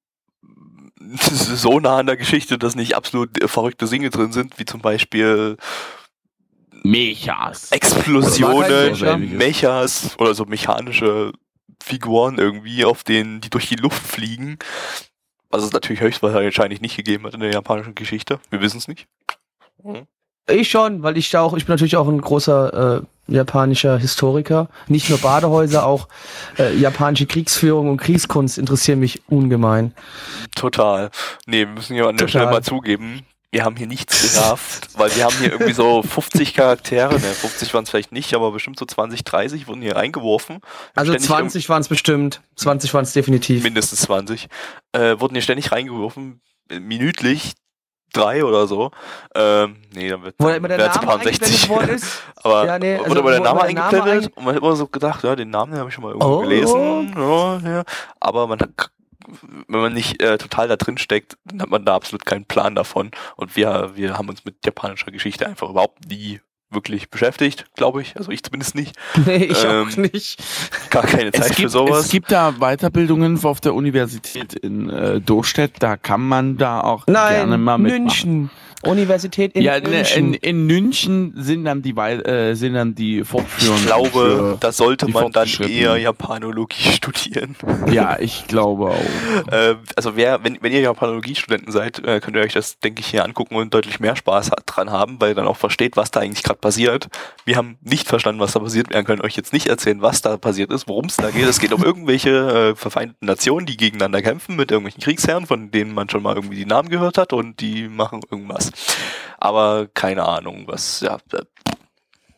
Speaker 4: so nah an der Geschichte, dass nicht absolut äh, verrückte Dinge drin sind, wie zum Beispiel
Speaker 2: Mechas.
Speaker 4: Explosionen,
Speaker 3: Mecha.
Speaker 4: Mechas oder so mechanische Figuren irgendwie, auf denen die durch die Luft fliegen. Was es natürlich höchstwahrscheinlich nicht gegeben hat in der japanischen Geschichte. Wir wissen es nicht. Mhm.
Speaker 3: Ich schon, weil ich da auch, ich bin natürlich auch ein großer äh, japanischer Historiker. Nicht nur Badehäuser, auch äh, japanische Kriegsführung und Kriegskunst interessieren mich ungemein.
Speaker 4: Total. Nee, wir müssen hier an der
Speaker 3: Total.
Speaker 4: Stelle mal zugeben, wir haben hier nichts gerafft, weil wir haben hier irgendwie so fünfzig Charaktere, ne, fünfzig waren es vielleicht nicht, aber bestimmt so zwanzig, dreißig wurden hier reingeworfen.
Speaker 3: Also
Speaker 4: Ständig
Speaker 3: zwanzig waren es bestimmt. zwanzig waren es definitiv.
Speaker 4: mindestens zwanzig, äh, wurden hier ständig reingeworfen, äh, minütlich, drei oder so. Ähm, nee, dann wird
Speaker 3: Wo immer der
Speaker 4: wird's
Speaker 3: Name eingeblendet worden ist.
Speaker 4: Aber
Speaker 3: Ja, nee,
Speaker 4: wurde
Speaker 3: also
Speaker 4: aber der
Speaker 3: wo
Speaker 4: Name
Speaker 3: immer der Name
Speaker 4: eingeblendet
Speaker 3: einge-
Speaker 4: und man hat immer so gedacht, ja, den Namen den habe ich schon mal irgendwo
Speaker 3: Oh.
Speaker 4: gelesen. Ja, ja. Aber man hat, wenn man nicht äh, total da drin steckt, dann hat man da absolut keinen Plan davon. Und wir, wir haben uns mit japanischer Geschichte einfach überhaupt nie wirklich beschäftigt, glaube ich. Also ich zumindest nicht.
Speaker 3: Nee, ich
Speaker 4: Ähm,
Speaker 3: auch nicht.
Speaker 4: Gar keine Zeit
Speaker 2: Es
Speaker 4: für
Speaker 2: gibt,
Speaker 4: sowas.
Speaker 2: es gibt da Weiterbildungen auf der Universität in äh, Dorstedt, da kann man da auch gerne
Speaker 3: Nein,
Speaker 2: mal mitmachen.
Speaker 3: München. Universität in
Speaker 2: ja, ne,
Speaker 3: München.
Speaker 2: in, in München sind dann die Wei- äh, sind dann die Fortführungen.
Speaker 4: Ich glaube,
Speaker 2: für-
Speaker 4: da sollte
Speaker 2: die
Speaker 4: man dann
Speaker 2: Fortgeschrittenen.
Speaker 4: eher Japanologie studieren.
Speaker 2: Ja, ich glaube auch.
Speaker 4: Äh, also wer, wenn, wenn ihr Japanologie-Studenten seid, äh, könnt ihr euch das, denke ich, hier angucken und deutlich mehr Spaß hat, dran haben, weil ihr dann auch versteht, was da eigentlich gerade passiert. Wir haben nicht verstanden, was da passiert. Wir können euch jetzt nicht erzählen, was da passiert ist, worum es da geht. Es geht um irgendwelche äh, verfeindeten Nationen, die gegeneinander kämpfen mit irgendwelchen Kriegsherren, von denen man schon mal irgendwie die Namen gehört hat und die machen irgendwas. Aber keine Ahnung, was, ja, äh,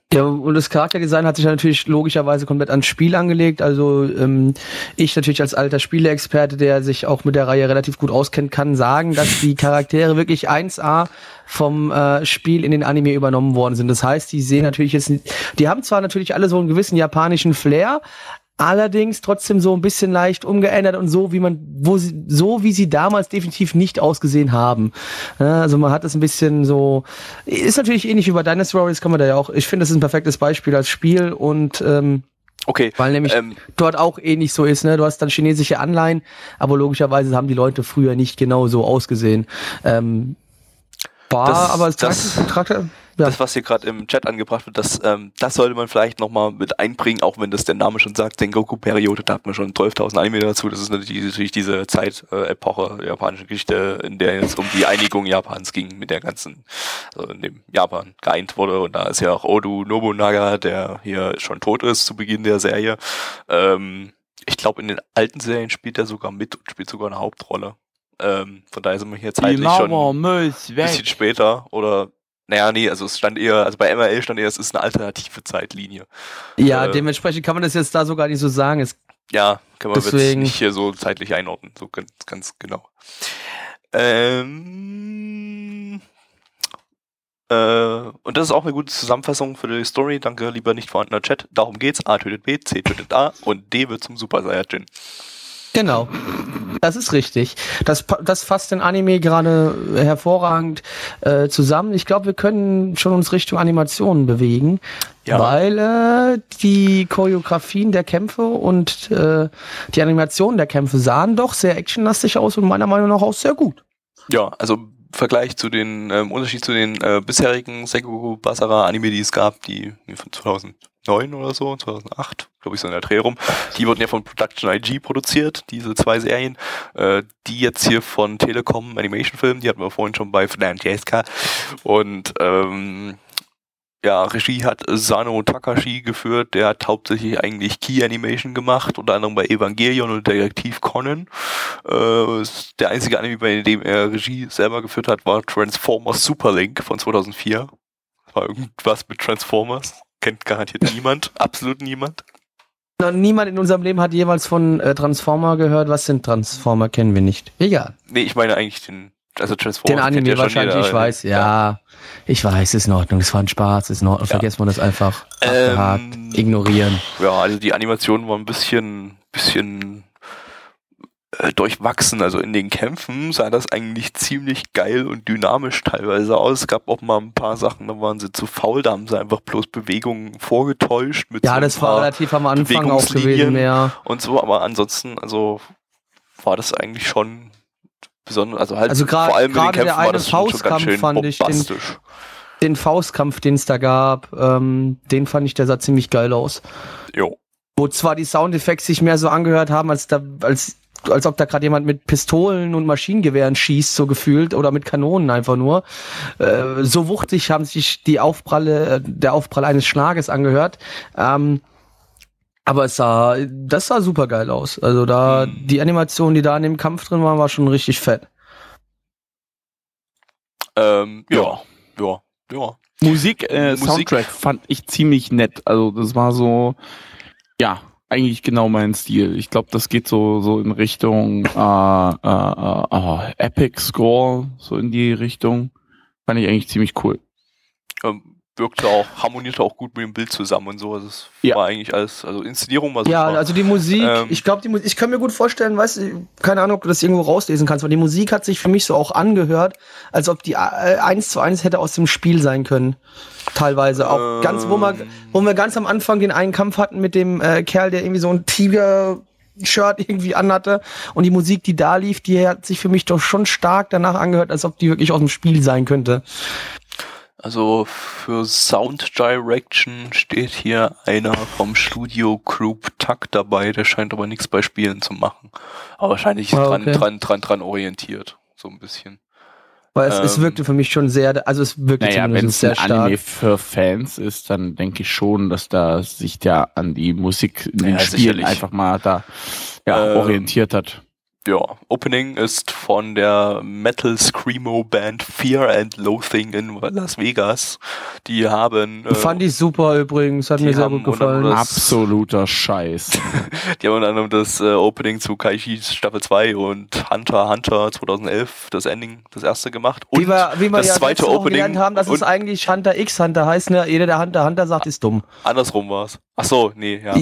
Speaker 3: Ja, und das Charakterdesign hat sich ja natürlich logischerweise komplett ans Spiel angelegt. Also ähm, ich natürlich als alter Spieleexperte, der sich auch mit der Reihe relativ gut auskennt, kann sagen, dass die Charaktere wirklich eins A vom äh, Spiel in den Anime übernommen worden sind. Das heißt, die sehen natürlich jetzt, die haben zwar natürlich alle so einen gewissen japanischen Flair, allerdings trotzdem so ein bisschen leicht umgeändert und so, wie man, wo sie, so wie sie damals definitiv nicht ausgesehen haben. Ja, also man hat es ein bisschen so, ist natürlich ähnlich wie bei Dynasty Warriors, kann man da ja auch, ich finde, das ist ein perfektes Beispiel als Spiel und, ähm,
Speaker 4: okay,
Speaker 3: weil nämlich
Speaker 4: ähm,
Speaker 3: dort auch ähnlich so ist, ne, du hast dann chinesische Anleihen, aber logischerweise haben die Leute früher nicht genau so ausgesehen. Ähm, war,
Speaker 4: Das-
Speaker 3: aber es
Speaker 4: das-
Speaker 3: Charakter, ja.
Speaker 4: das, was hier gerade im Chat angebracht wird, das, ähm, das sollte man vielleicht nochmal mit einbringen, auch wenn das der Name schon sagt, Sengoku-Periode, da hat man schon zwölftausend Anime dazu. Das ist natürlich, natürlich diese Zeit-Epoche der japanischen Geschichte, in der es um die Einigung Japans ging, mit der ganzen, also in dem Japan geeint wurde. Und da ist ja auch Oda Nobunaga, der hier schon tot ist zu Beginn der Serie. Ähm, ich glaube, in den alten Serien spielt er sogar mit und spielt sogar eine Hauptrolle. Ähm, von daher sind wir hier
Speaker 2: Die
Speaker 4: zeitlich schon
Speaker 2: Mauer
Speaker 4: ein
Speaker 2: muss
Speaker 4: bisschen
Speaker 2: weg.
Speaker 4: später oder naja, nee, also es stand eher, also bei M R L stand eher, es ist eine alternative Zeitlinie.
Speaker 3: Ja,
Speaker 4: Äh,
Speaker 3: dementsprechend kann man das jetzt da so gar nicht so sagen. Es
Speaker 4: Ja, kann man jetzt
Speaker 3: Deswegen-
Speaker 4: nicht hier so zeitlich einordnen, so ganz, ganz genau. Ähm, äh, und das ist auch eine gute Zusammenfassung für die Story. Danke, lieber nicht vorhandener Chat. Darum geht's. A tötet B, C tötet A und D wird zum Super Saiyajin.
Speaker 3: Genau. Das ist richtig. Das, pa- das fasst den Anime gerade hervorragend äh, zusammen. Ich glaube, wir können schon uns Richtung Animationen bewegen,
Speaker 4: Ja.
Speaker 3: weil äh, die Choreografien der Kämpfe und äh, die Animationen der Kämpfe sahen doch sehr actionlastig aus und meiner Meinung nach auch sehr gut.
Speaker 4: Ja, also im Vergleich zu den, ähm, Unterschied zu den äh, bisherigen Sengoku Basara Anime, die es gab, die die von zweitausendneun oder so, zweitausendacht, glaube ich so in der Dreh rum, die wurden ja von Production I G produziert, diese zwei Serien, äh, die jetzt hier von Telekom Animation Film, die hatten wir vorhin schon bei Francesca und ähm, ja, Regie hat Sano Takashi geführt, der hat hauptsächlich eigentlich Key Animation gemacht, unter anderem bei Evangelion und Detektiv Conan. Äh, der einzige Anime, bei dem er Regie selber geführt hat, war Transformers Superlink von zweitausendvier. Das war irgendwas mit Transformers. Kennt garantiert niemand, absolut niemand.
Speaker 3: Na, niemand in unserem Leben hat jemals von äh, Transformer gehört. Was sind Transformer? Kennen wir nicht. Egal.
Speaker 4: Nee, ich meine eigentlich den, also Transformers.
Speaker 3: Den Anime
Speaker 4: kennt ja schon
Speaker 3: wahrscheinlich,
Speaker 4: jeder.
Speaker 3: ich weiß. Ja, ich weiß, ist in Ordnung. Es war ein Spaß, ist in Ordnung.
Speaker 4: Ja.
Speaker 3: Vergessen wir das einfach.
Speaker 4: Ähm,
Speaker 3: Abgehakt, ignorieren.
Speaker 4: Ja, also die Animation war ein bisschen, bisschen äh, durchwachsen. Also in den Kämpfen sah das eigentlich ziemlich geil und dynamisch teilweise aus. Es gab auch mal ein paar Sachen, da waren sie zu faul, da haben sie einfach bloß Bewegungen vorgetäuscht. Mit so
Speaker 3: Ja,
Speaker 4: ein
Speaker 3: das war
Speaker 4: paar
Speaker 3: relativ am Anfang auch
Speaker 4: Bewegungslinien
Speaker 3: gewesen, mehr.
Speaker 4: und so, aber ansonsten, also war das eigentlich schon besonders, also halt
Speaker 3: Also gra-
Speaker 4: vor allem in den
Speaker 3: gerade der
Speaker 4: Kämpfen war
Speaker 3: eine
Speaker 4: das schon, schon ganz
Speaker 3: Faustkampf
Speaker 4: schön
Speaker 3: fand ich, den-
Speaker 4: bombastisch.
Speaker 3: Den Faustkampf, den es da gab, ähm, den fand ich, der sah ziemlich geil aus.
Speaker 4: Jo.
Speaker 3: Wo zwar die Soundeffekte sich mehr so angehört haben, als da, als, als ob da gerade jemand mit Pistolen und Maschinengewehren schießt, so gefühlt, oder mit Kanonen einfach nur. Äh, so wuchtig haben sich die Aufpralle, äh, der Aufprall eines Schlages angehört. Ähm, aber es sah, das sah super geil aus. Also da,
Speaker 4: Mhm.
Speaker 3: die Animation, die da in dem Kampf drin war, war schon richtig fett.
Speaker 4: Ähm, ja, ja, ja.
Speaker 2: Musik, äh,
Speaker 4: Musik.
Speaker 2: Soundtrack fand ich ziemlich nett. Also das war so, ja, eigentlich genau mein Stil. Ich glaube, das geht so so in Richtung äh, äh, äh, äh, Epic Score, so in die Richtung. Fand ich eigentlich ziemlich cool.
Speaker 4: Ähm, wirkte auch, harmonierte auch gut mit dem Bild zusammen und so. Also es
Speaker 2: Ja.
Speaker 4: war eigentlich alles, also Inszenierung war super.
Speaker 3: Ja, also die Musik,
Speaker 4: Ähm,
Speaker 3: ich glaube, die Musik, ich kann mir gut vorstellen, weißt du, keine Ahnung, ob du das irgendwo rauslesen kannst, aber die Musik hat sich für mich so auch angehört, als ob die äh, eins zu eins hätte aus dem Spiel sein können. Teilweise auch
Speaker 4: Ähm,
Speaker 3: ganz, wo wir, wo wir ganz am Anfang den einen Kampf hatten mit dem äh, Kerl, der irgendwie so ein Tiger-Shirt irgendwie anhatte und die Musik, die da lief, die hat sich für mich doch schon stark danach angehört, als ob die wirklich aus dem Spiel sein könnte.
Speaker 4: Also für Sound Direction steht hier einer vom Studio Group Tuck dabei, der scheint aber nichts bei Spielen zu machen. Aber wahrscheinlich
Speaker 3: Ah,
Speaker 4: dran,
Speaker 3: okay.
Speaker 4: dran, dran, dran orientiert. So ein bisschen.
Speaker 3: Weil es, es
Speaker 4: Ähm,
Speaker 3: wirkte für mich schon sehr, also es wirkte
Speaker 2: Naja, wenn
Speaker 3: zumindest
Speaker 2: es
Speaker 3: sehr
Speaker 2: ein
Speaker 3: stark.
Speaker 2: Anime für Fans ist, dann denke ich schon, dass da sich der an die Musik in den
Speaker 4: Ja,
Speaker 2: Spielen
Speaker 4: sicherlich.
Speaker 2: einfach mal da ja,
Speaker 4: Ähm,
Speaker 2: orientiert hat.
Speaker 4: ja, Opening ist von der Metal Screamo Band Fear and Loathing in Las Vegas. Die haben... Äh,
Speaker 3: Fand ich super übrigens, hat mir sehr gut gefallen.
Speaker 2: Das, Absoluter Scheiß.
Speaker 4: Die haben unter anderem das äh, Opening zu Kaishis Staffel zwei und Hunter Hunter zweitausendelf, das Ending, das erste gemacht. Und
Speaker 3: wie wir, wie wir
Speaker 4: das
Speaker 3: ja
Speaker 4: zweite
Speaker 3: Woche
Speaker 4: Opening
Speaker 3: gelernt haben, dass es eigentlich Hunter x Hunter heißt, ne? Jeder, der Hunter Hunter sagt, ist dumm.
Speaker 4: Andersrum war's. Ach so, nee, ja.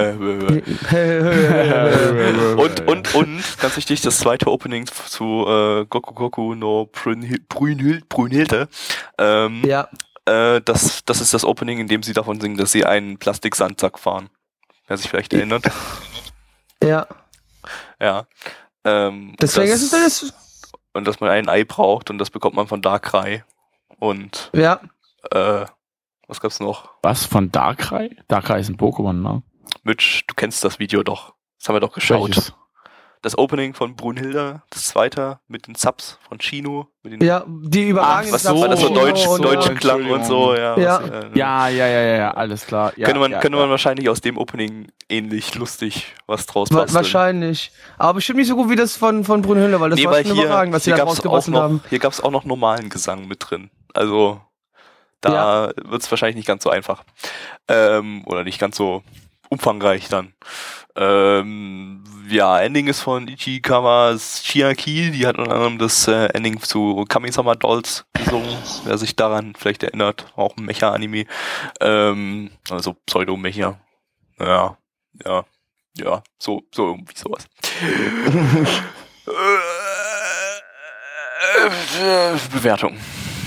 Speaker 4: und, und, und, ganz wichtig, das zweite Opening zu äh, Goku Goku no Brünnhilde, Brünnhilde ähm,
Speaker 3: ja.
Speaker 4: äh, das, das ist das Opening, in dem sie davon singen, dass sie einen Plastiksandsack fahren. Wer sich vielleicht erinnert.
Speaker 3: Ja.
Speaker 4: Ja. Ähm,
Speaker 3: Deswegen
Speaker 4: das,
Speaker 3: ist es das.
Speaker 4: Und dass man ein Ei braucht und das bekommt man von Darkrai. Und
Speaker 3: ja.
Speaker 4: äh, was gab's noch?
Speaker 2: Was, von Darkrai? Darkrai ist ein Pokémon, ne?
Speaker 4: Mitch, du kennst das Video doch. Das haben wir doch geschaut.
Speaker 2: Welches?
Speaker 4: Das Opening von Brünnhilde, das zweite mit den Subs von Chino. Mit den
Speaker 3: ja, die überragenden
Speaker 4: was so, weil das so deutsch,
Speaker 3: und
Speaker 4: deutsch
Speaker 3: und
Speaker 4: klang und so. Ja,
Speaker 3: ja.
Speaker 4: Was, äh,
Speaker 2: ja, ja, ja, ja, ja, alles klar. Ja,
Speaker 4: könnte man,
Speaker 2: ja,
Speaker 4: könnte
Speaker 2: ja.
Speaker 4: man wahrscheinlich aus dem Opening ähnlich lustig was draus
Speaker 3: Wa-
Speaker 4: basteln.
Speaker 3: Wahrscheinlich. Aber bestimmt nicht so gut wie das von, von Brünnhilde, weil das
Speaker 4: nee,
Speaker 3: war
Speaker 4: weil
Speaker 3: schon
Speaker 4: hier,
Speaker 3: überragend, was sie
Speaker 4: hier
Speaker 3: da
Speaker 4: gab's auch
Speaker 3: rausgebastelt
Speaker 4: noch,
Speaker 3: haben.
Speaker 4: hier gab es auch noch normalen Gesang mit drin. Also da ja. wird es wahrscheinlich nicht ganz so einfach. Ähm, oder nicht ganz so umfangreich dann. Ähm, ja, Ending ist von Ichikawas Chiaki, die hat unter anderem das äh, Ending zu Kami-sama Dolls gesungen, wer sich daran vielleicht erinnert, auch ein Mecha-Anime, ähm, also Pseudo-Mecha, ja, ja, ja, so, so irgendwie sowas. Bewertung.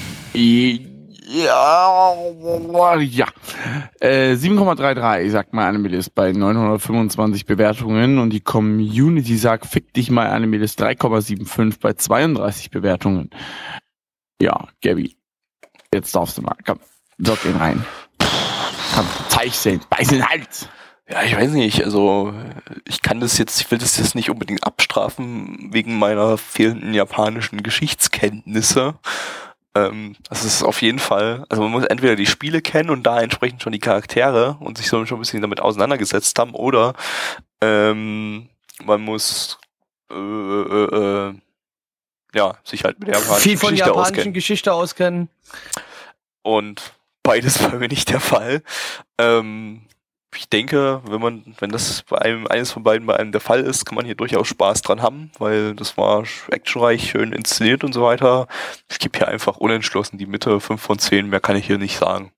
Speaker 2: Ja, ja. Äh, sieben Komma dreiunddreißig sagt mein Animalist bei neunhundertfünfundzwanzig Bewertungen und die Community sagt, fick dich mal Animalist drei Komma fünfundsiebzig bei zweiunddreißig Bewertungen. Ja, Gabby, jetzt darfst du mal, komm, drück ihn rein. Komm, Zeichen, beiß den Hals.
Speaker 4: Ja, ich weiß nicht, also ich kann das jetzt, ich will das jetzt nicht unbedingt abstrafen wegen meiner fehlenden japanischen Geschichtskenntnisse. Ähm, das ist auf jeden Fall, also man muss entweder die Spiele kennen und da entsprechend schon die Charaktere und sich so schon ein bisschen damit auseinandergesetzt haben, oder ähm, man muss äh, äh, äh, ja, sich halt mit der japanischen
Speaker 3: Viel von
Speaker 4: Geschichte
Speaker 3: japanischen
Speaker 4: auskennen.
Speaker 3: Geschichte auskennen.
Speaker 4: Und beides war mir nicht der Fall. Ähm, ich denke, wenn man, wenn das bei einem, eines von beiden bei einem der Fall ist, kann man hier durchaus Spaß dran haben, weil das war actionreich, schön inszeniert und so weiter. Ich gebe hier einfach unentschlossen die Mitte, fünf von zehn, mehr kann ich hier nicht sagen.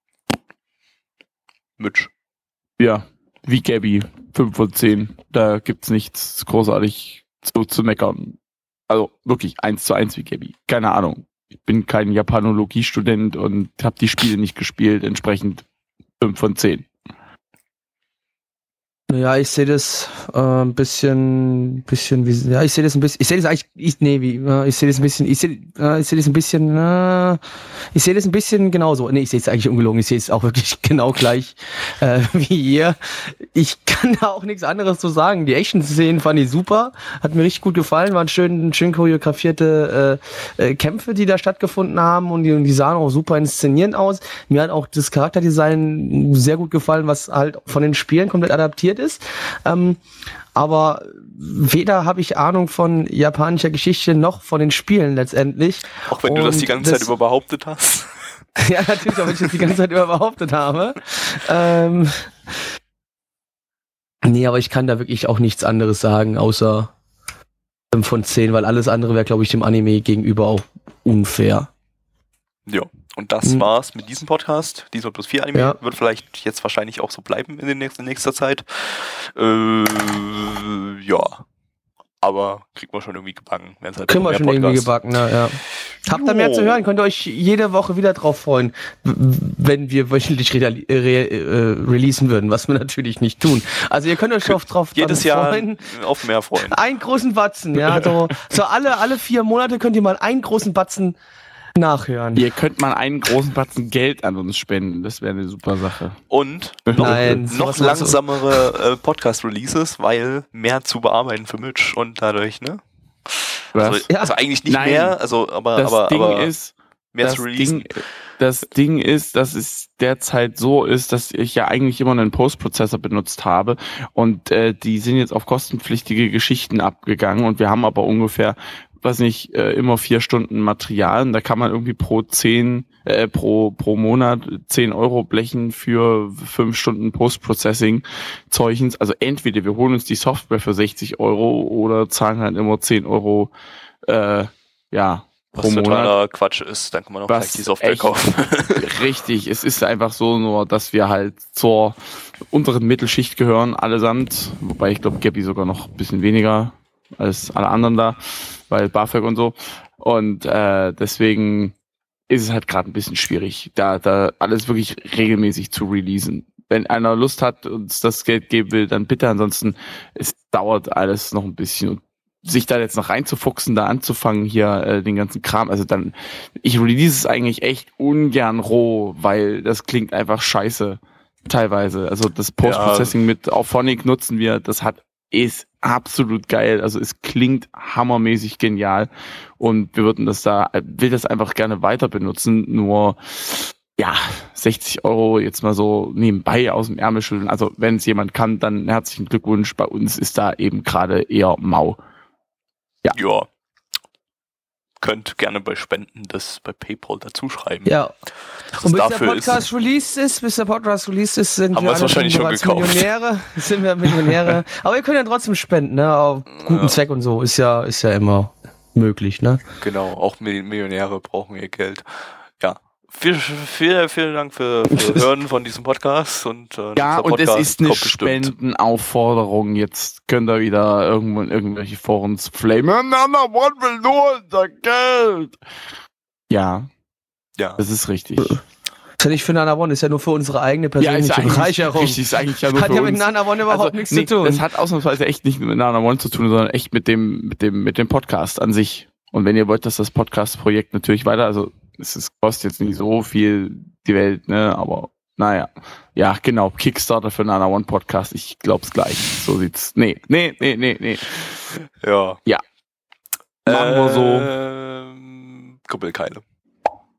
Speaker 4: Mitch.
Speaker 2: Ja, wie Gabby, fünf von zehn. Da gibt's nichts großartig zu, zu meckern. Also wirklich eins zu eins wie Gabby. Keine Ahnung. Ich bin kein Japanologie-Student und habe die Spiele nicht gespielt, entsprechend fünf von zehn.
Speaker 3: Ja, ich sehe das äh, ein bisschen, bisschen wie, ja, ich sehe das ein bisschen, ich sehe das eigentlich, ich, nee, wie, äh, ich sehe das ein bisschen, ich sehe, äh, ich sehe das ein bisschen, äh, ich sehe das ein bisschen genauso. Nee, ich sehe es eigentlich ungelogen, ich sehe es auch wirklich genau gleich äh, wie ihr. Ich kann da auch nichts anderes zu sagen. Die Action-Szenen fand ich super, hat mir richtig gut gefallen, waren schön, schön choreografierte äh, äh, Kämpfe, die da stattgefunden haben und die, und die sahen auch super inszenierend aus. Mir hat auch das Charakterdesign sehr gut gefallen, was halt von den Spielen komplett adaptiert ist. Ist. Ähm, aber weder habe ich Ahnung von japanischer Geschichte noch von den Spielen letztendlich.
Speaker 4: Auch wenn
Speaker 3: Und
Speaker 4: du das die ganze
Speaker 3: das,
Speaker 4: Zeit über behauptet hast.
Speaker 3: Ja, natürlich, auch wenn ich das die ganze Zeit über behauptet habe. Ähm, nee, aber ich kann da wirklich auch nichts anderes sagen, außer fünf von zehn, weil alles andere wäre, glaube ich, dem Anime gegenüber auch unfair.
Speaker 4: Ja. Und das
Speaker 3: Mhm.
Speaker 4: war's mit diesem Podcast. Diesmal plus vier Anime.
Speaker 3: Ja.
Speaker 4: Wird vielleicht jetzt wahrscheinlich auch so bleiben in, den nächsten, in nächster Zeit. Äh, ja. Aber kriegt man schon irgendwie gebacken. Wenn's halt
Speaker 3: Kriegen wir
Speaker 4: mehr
Speaker 3: schon irgendwie
Speaker 4: Podcast.
Speaker 3: gebacken, na, ja. Habt ihr mehr zu hören, könnt ihr euch jede Woche wieder drauf freuen, w- wenn wir wöchentlich re- re- äh, releasen würden, was wir natürlich nicht tun. Also ihr könnt euch drauf, drauf
Speaker 4: Jedes
Speaker 3: dann
Speaker 4: Jahr
Speaker 3: freuen.
Speaker 4: auf mehr freuen.
Speaker 3: Einen großen Batzen, ja. So, so alle, alle vier Monate könnt ihr mal einen großen Batzen nachhören.
Speaker 2: Ihr könnt mal einen großen Batzen Geld an uns spenden. Das wäre eine super Sache.
Speaker 4: Und noch,
Speaker 3: Nein,
Speaker 4: noch
Speaker 3: sowas machst du.
Speaker 4: langsamere äh, Podcast-Releases, weil mehr zu bearbeiten für Mitch und dadurch, ne?
Speaker 2: Was?
Speaker 4: Also,
Speaker 3: Ja.
Speaker 4: also eigentlich nicht
Speaker 2: Nein.
Speaker 4: mehr, also aber
Speaker 2: Das
Speaker 4: aber,
Speaker 2: Ding
Speaker 4: aber
Speaker 2: ist,
Speaker 4: mehr
Speaker 2: das
Speaker 4: zu releasen.
Speaker 2: Ding, das Ding ist, dass es derzeit so ist, dass ich ja eigentlich immer einen Post-Prozessor benutzt habe und äh, die sind jetzt auf kostenpflichtige Geschichten abgegangen und wir haben aber ungefähr, weiß nicht, äh, immer vier Stunden Material und da kann man irgendwie pro zehn, äh, pro pro Monat zehn Euro blechen für fünf Stunden Post-Processing Zeuchens. Also entweder wir holen uns die Software für sechzig Euro oder zahlen halt immer zehn Euro, äh, ja, pro
Speaker 4: Was
Speaker 2: Monat.
Speaker 4: totaler Quatsch ist, dann kann man auch
Speaker 2: Was
Speaker 4: gleich die Software
Speaker 2: echt
Speaker 4: kaufen.
Speaker 2: Richtig, es ist einfach so nur, dass wir halt zur unteren Mittelschicht gehören, allesamt. Wobei ich glaube, Gabi sogar noch ein bisschen weniger als alle anderen da, weil BAföG und so. Und äh, deswegen ist es halt gerade ein bisschen schwierig, da, da alles wirklich regelmäßig zu releasen. Wenn einer Lust hat, uns das Geld geben will, dann bitte. Ansonsten, es dauert alles noch ein bisschen. Und sich da jetzt noch reinzufuchsen, da anzufangen, hier äh, den ganzen Kram, also dann, ich release es eigentlich echt ungern roh, weil das klingt einfach scheiße, teilweise. Also das Post-Processing ja. mit Auphonic nutzen wir, das hat ist absolut geil, also es klingt hammermäßig genial und wir würden das da, will das einfach gerne weiter benutzen, nur ja, sechzig Euro jetzt mal so nebenbei aus dem Ärmel schütteln, also wenn es jemand kann, dann herzlichen Glückwunsch, bei uns ist da eben gerade eher mau. Ja.
Speaker 4: ja. Könnt gerne bei Spenden das bei PayPal dazu schreiben.
Speaker 3: Ja. Und bis der Podcast ist. released ist, bis der Podcast released ist, sind
Speaker 4: Haben
Speaker 3: wir
Speaker 4: wahrscheinlich schon gekauft.
Speaker 3: Millionäre. Sind wir Millionäre. Aber ihr könnt ja trotzdem spenden, ne? Auf guten ja. Zweck und so. Ist ja, ist ja immer möglich, ne?
Speaker 4: Genau. Auch Millionäre brauchen ihr Geld. Ja. Vielen, vielen, vielen Dank für, für Hören von diesem Podcast. Und, äh,
Speaker 2: ja, und
Speaker 4: Podcast
Speaker 2: es ist eine Spendenaufforderung. Jetzt könnt ihr wieder irgendwo in irgendwelche Forums flamen. Nana One will nur unser Geld. Ja. Ja. Das ist richtig.
Speaker 3: Das ist ja nicht für Nana One, ist ja nur für unsere eigene persönliche ja, Bereicherung.
Speaker 2: Richtig, ist eigentlich ja nur
Speaker 3: hat
Speaker 2: für
Speaker 3: ja
Speaker 2: uns.
Speaker 3: mit Nana One überhaupt also, nichts
Speaker 2: nee,
Speaker 3: zu tun.
Speaker 2: Das hat ausnahmsweise echt nicht mit Nana One zu tun, sondern echt mit dem, mit dem, mit dem Podcast an sich. Und wenn ihr wollt, dass das Podcast-Projekt natürlich weiter, also es ist, kostet jetzt nicht so viel die Welt, ne, aber naja. Ja, genau, Kickstarter für Nana One Podcast, ich glaub's gleich. So sieht's. Nee, nee, nee, nee, nee.
Speaker 4: Ja.
Speaker 2: Ja. Machen wir so.
Speaker 4: Ähm, Kuppelkeile.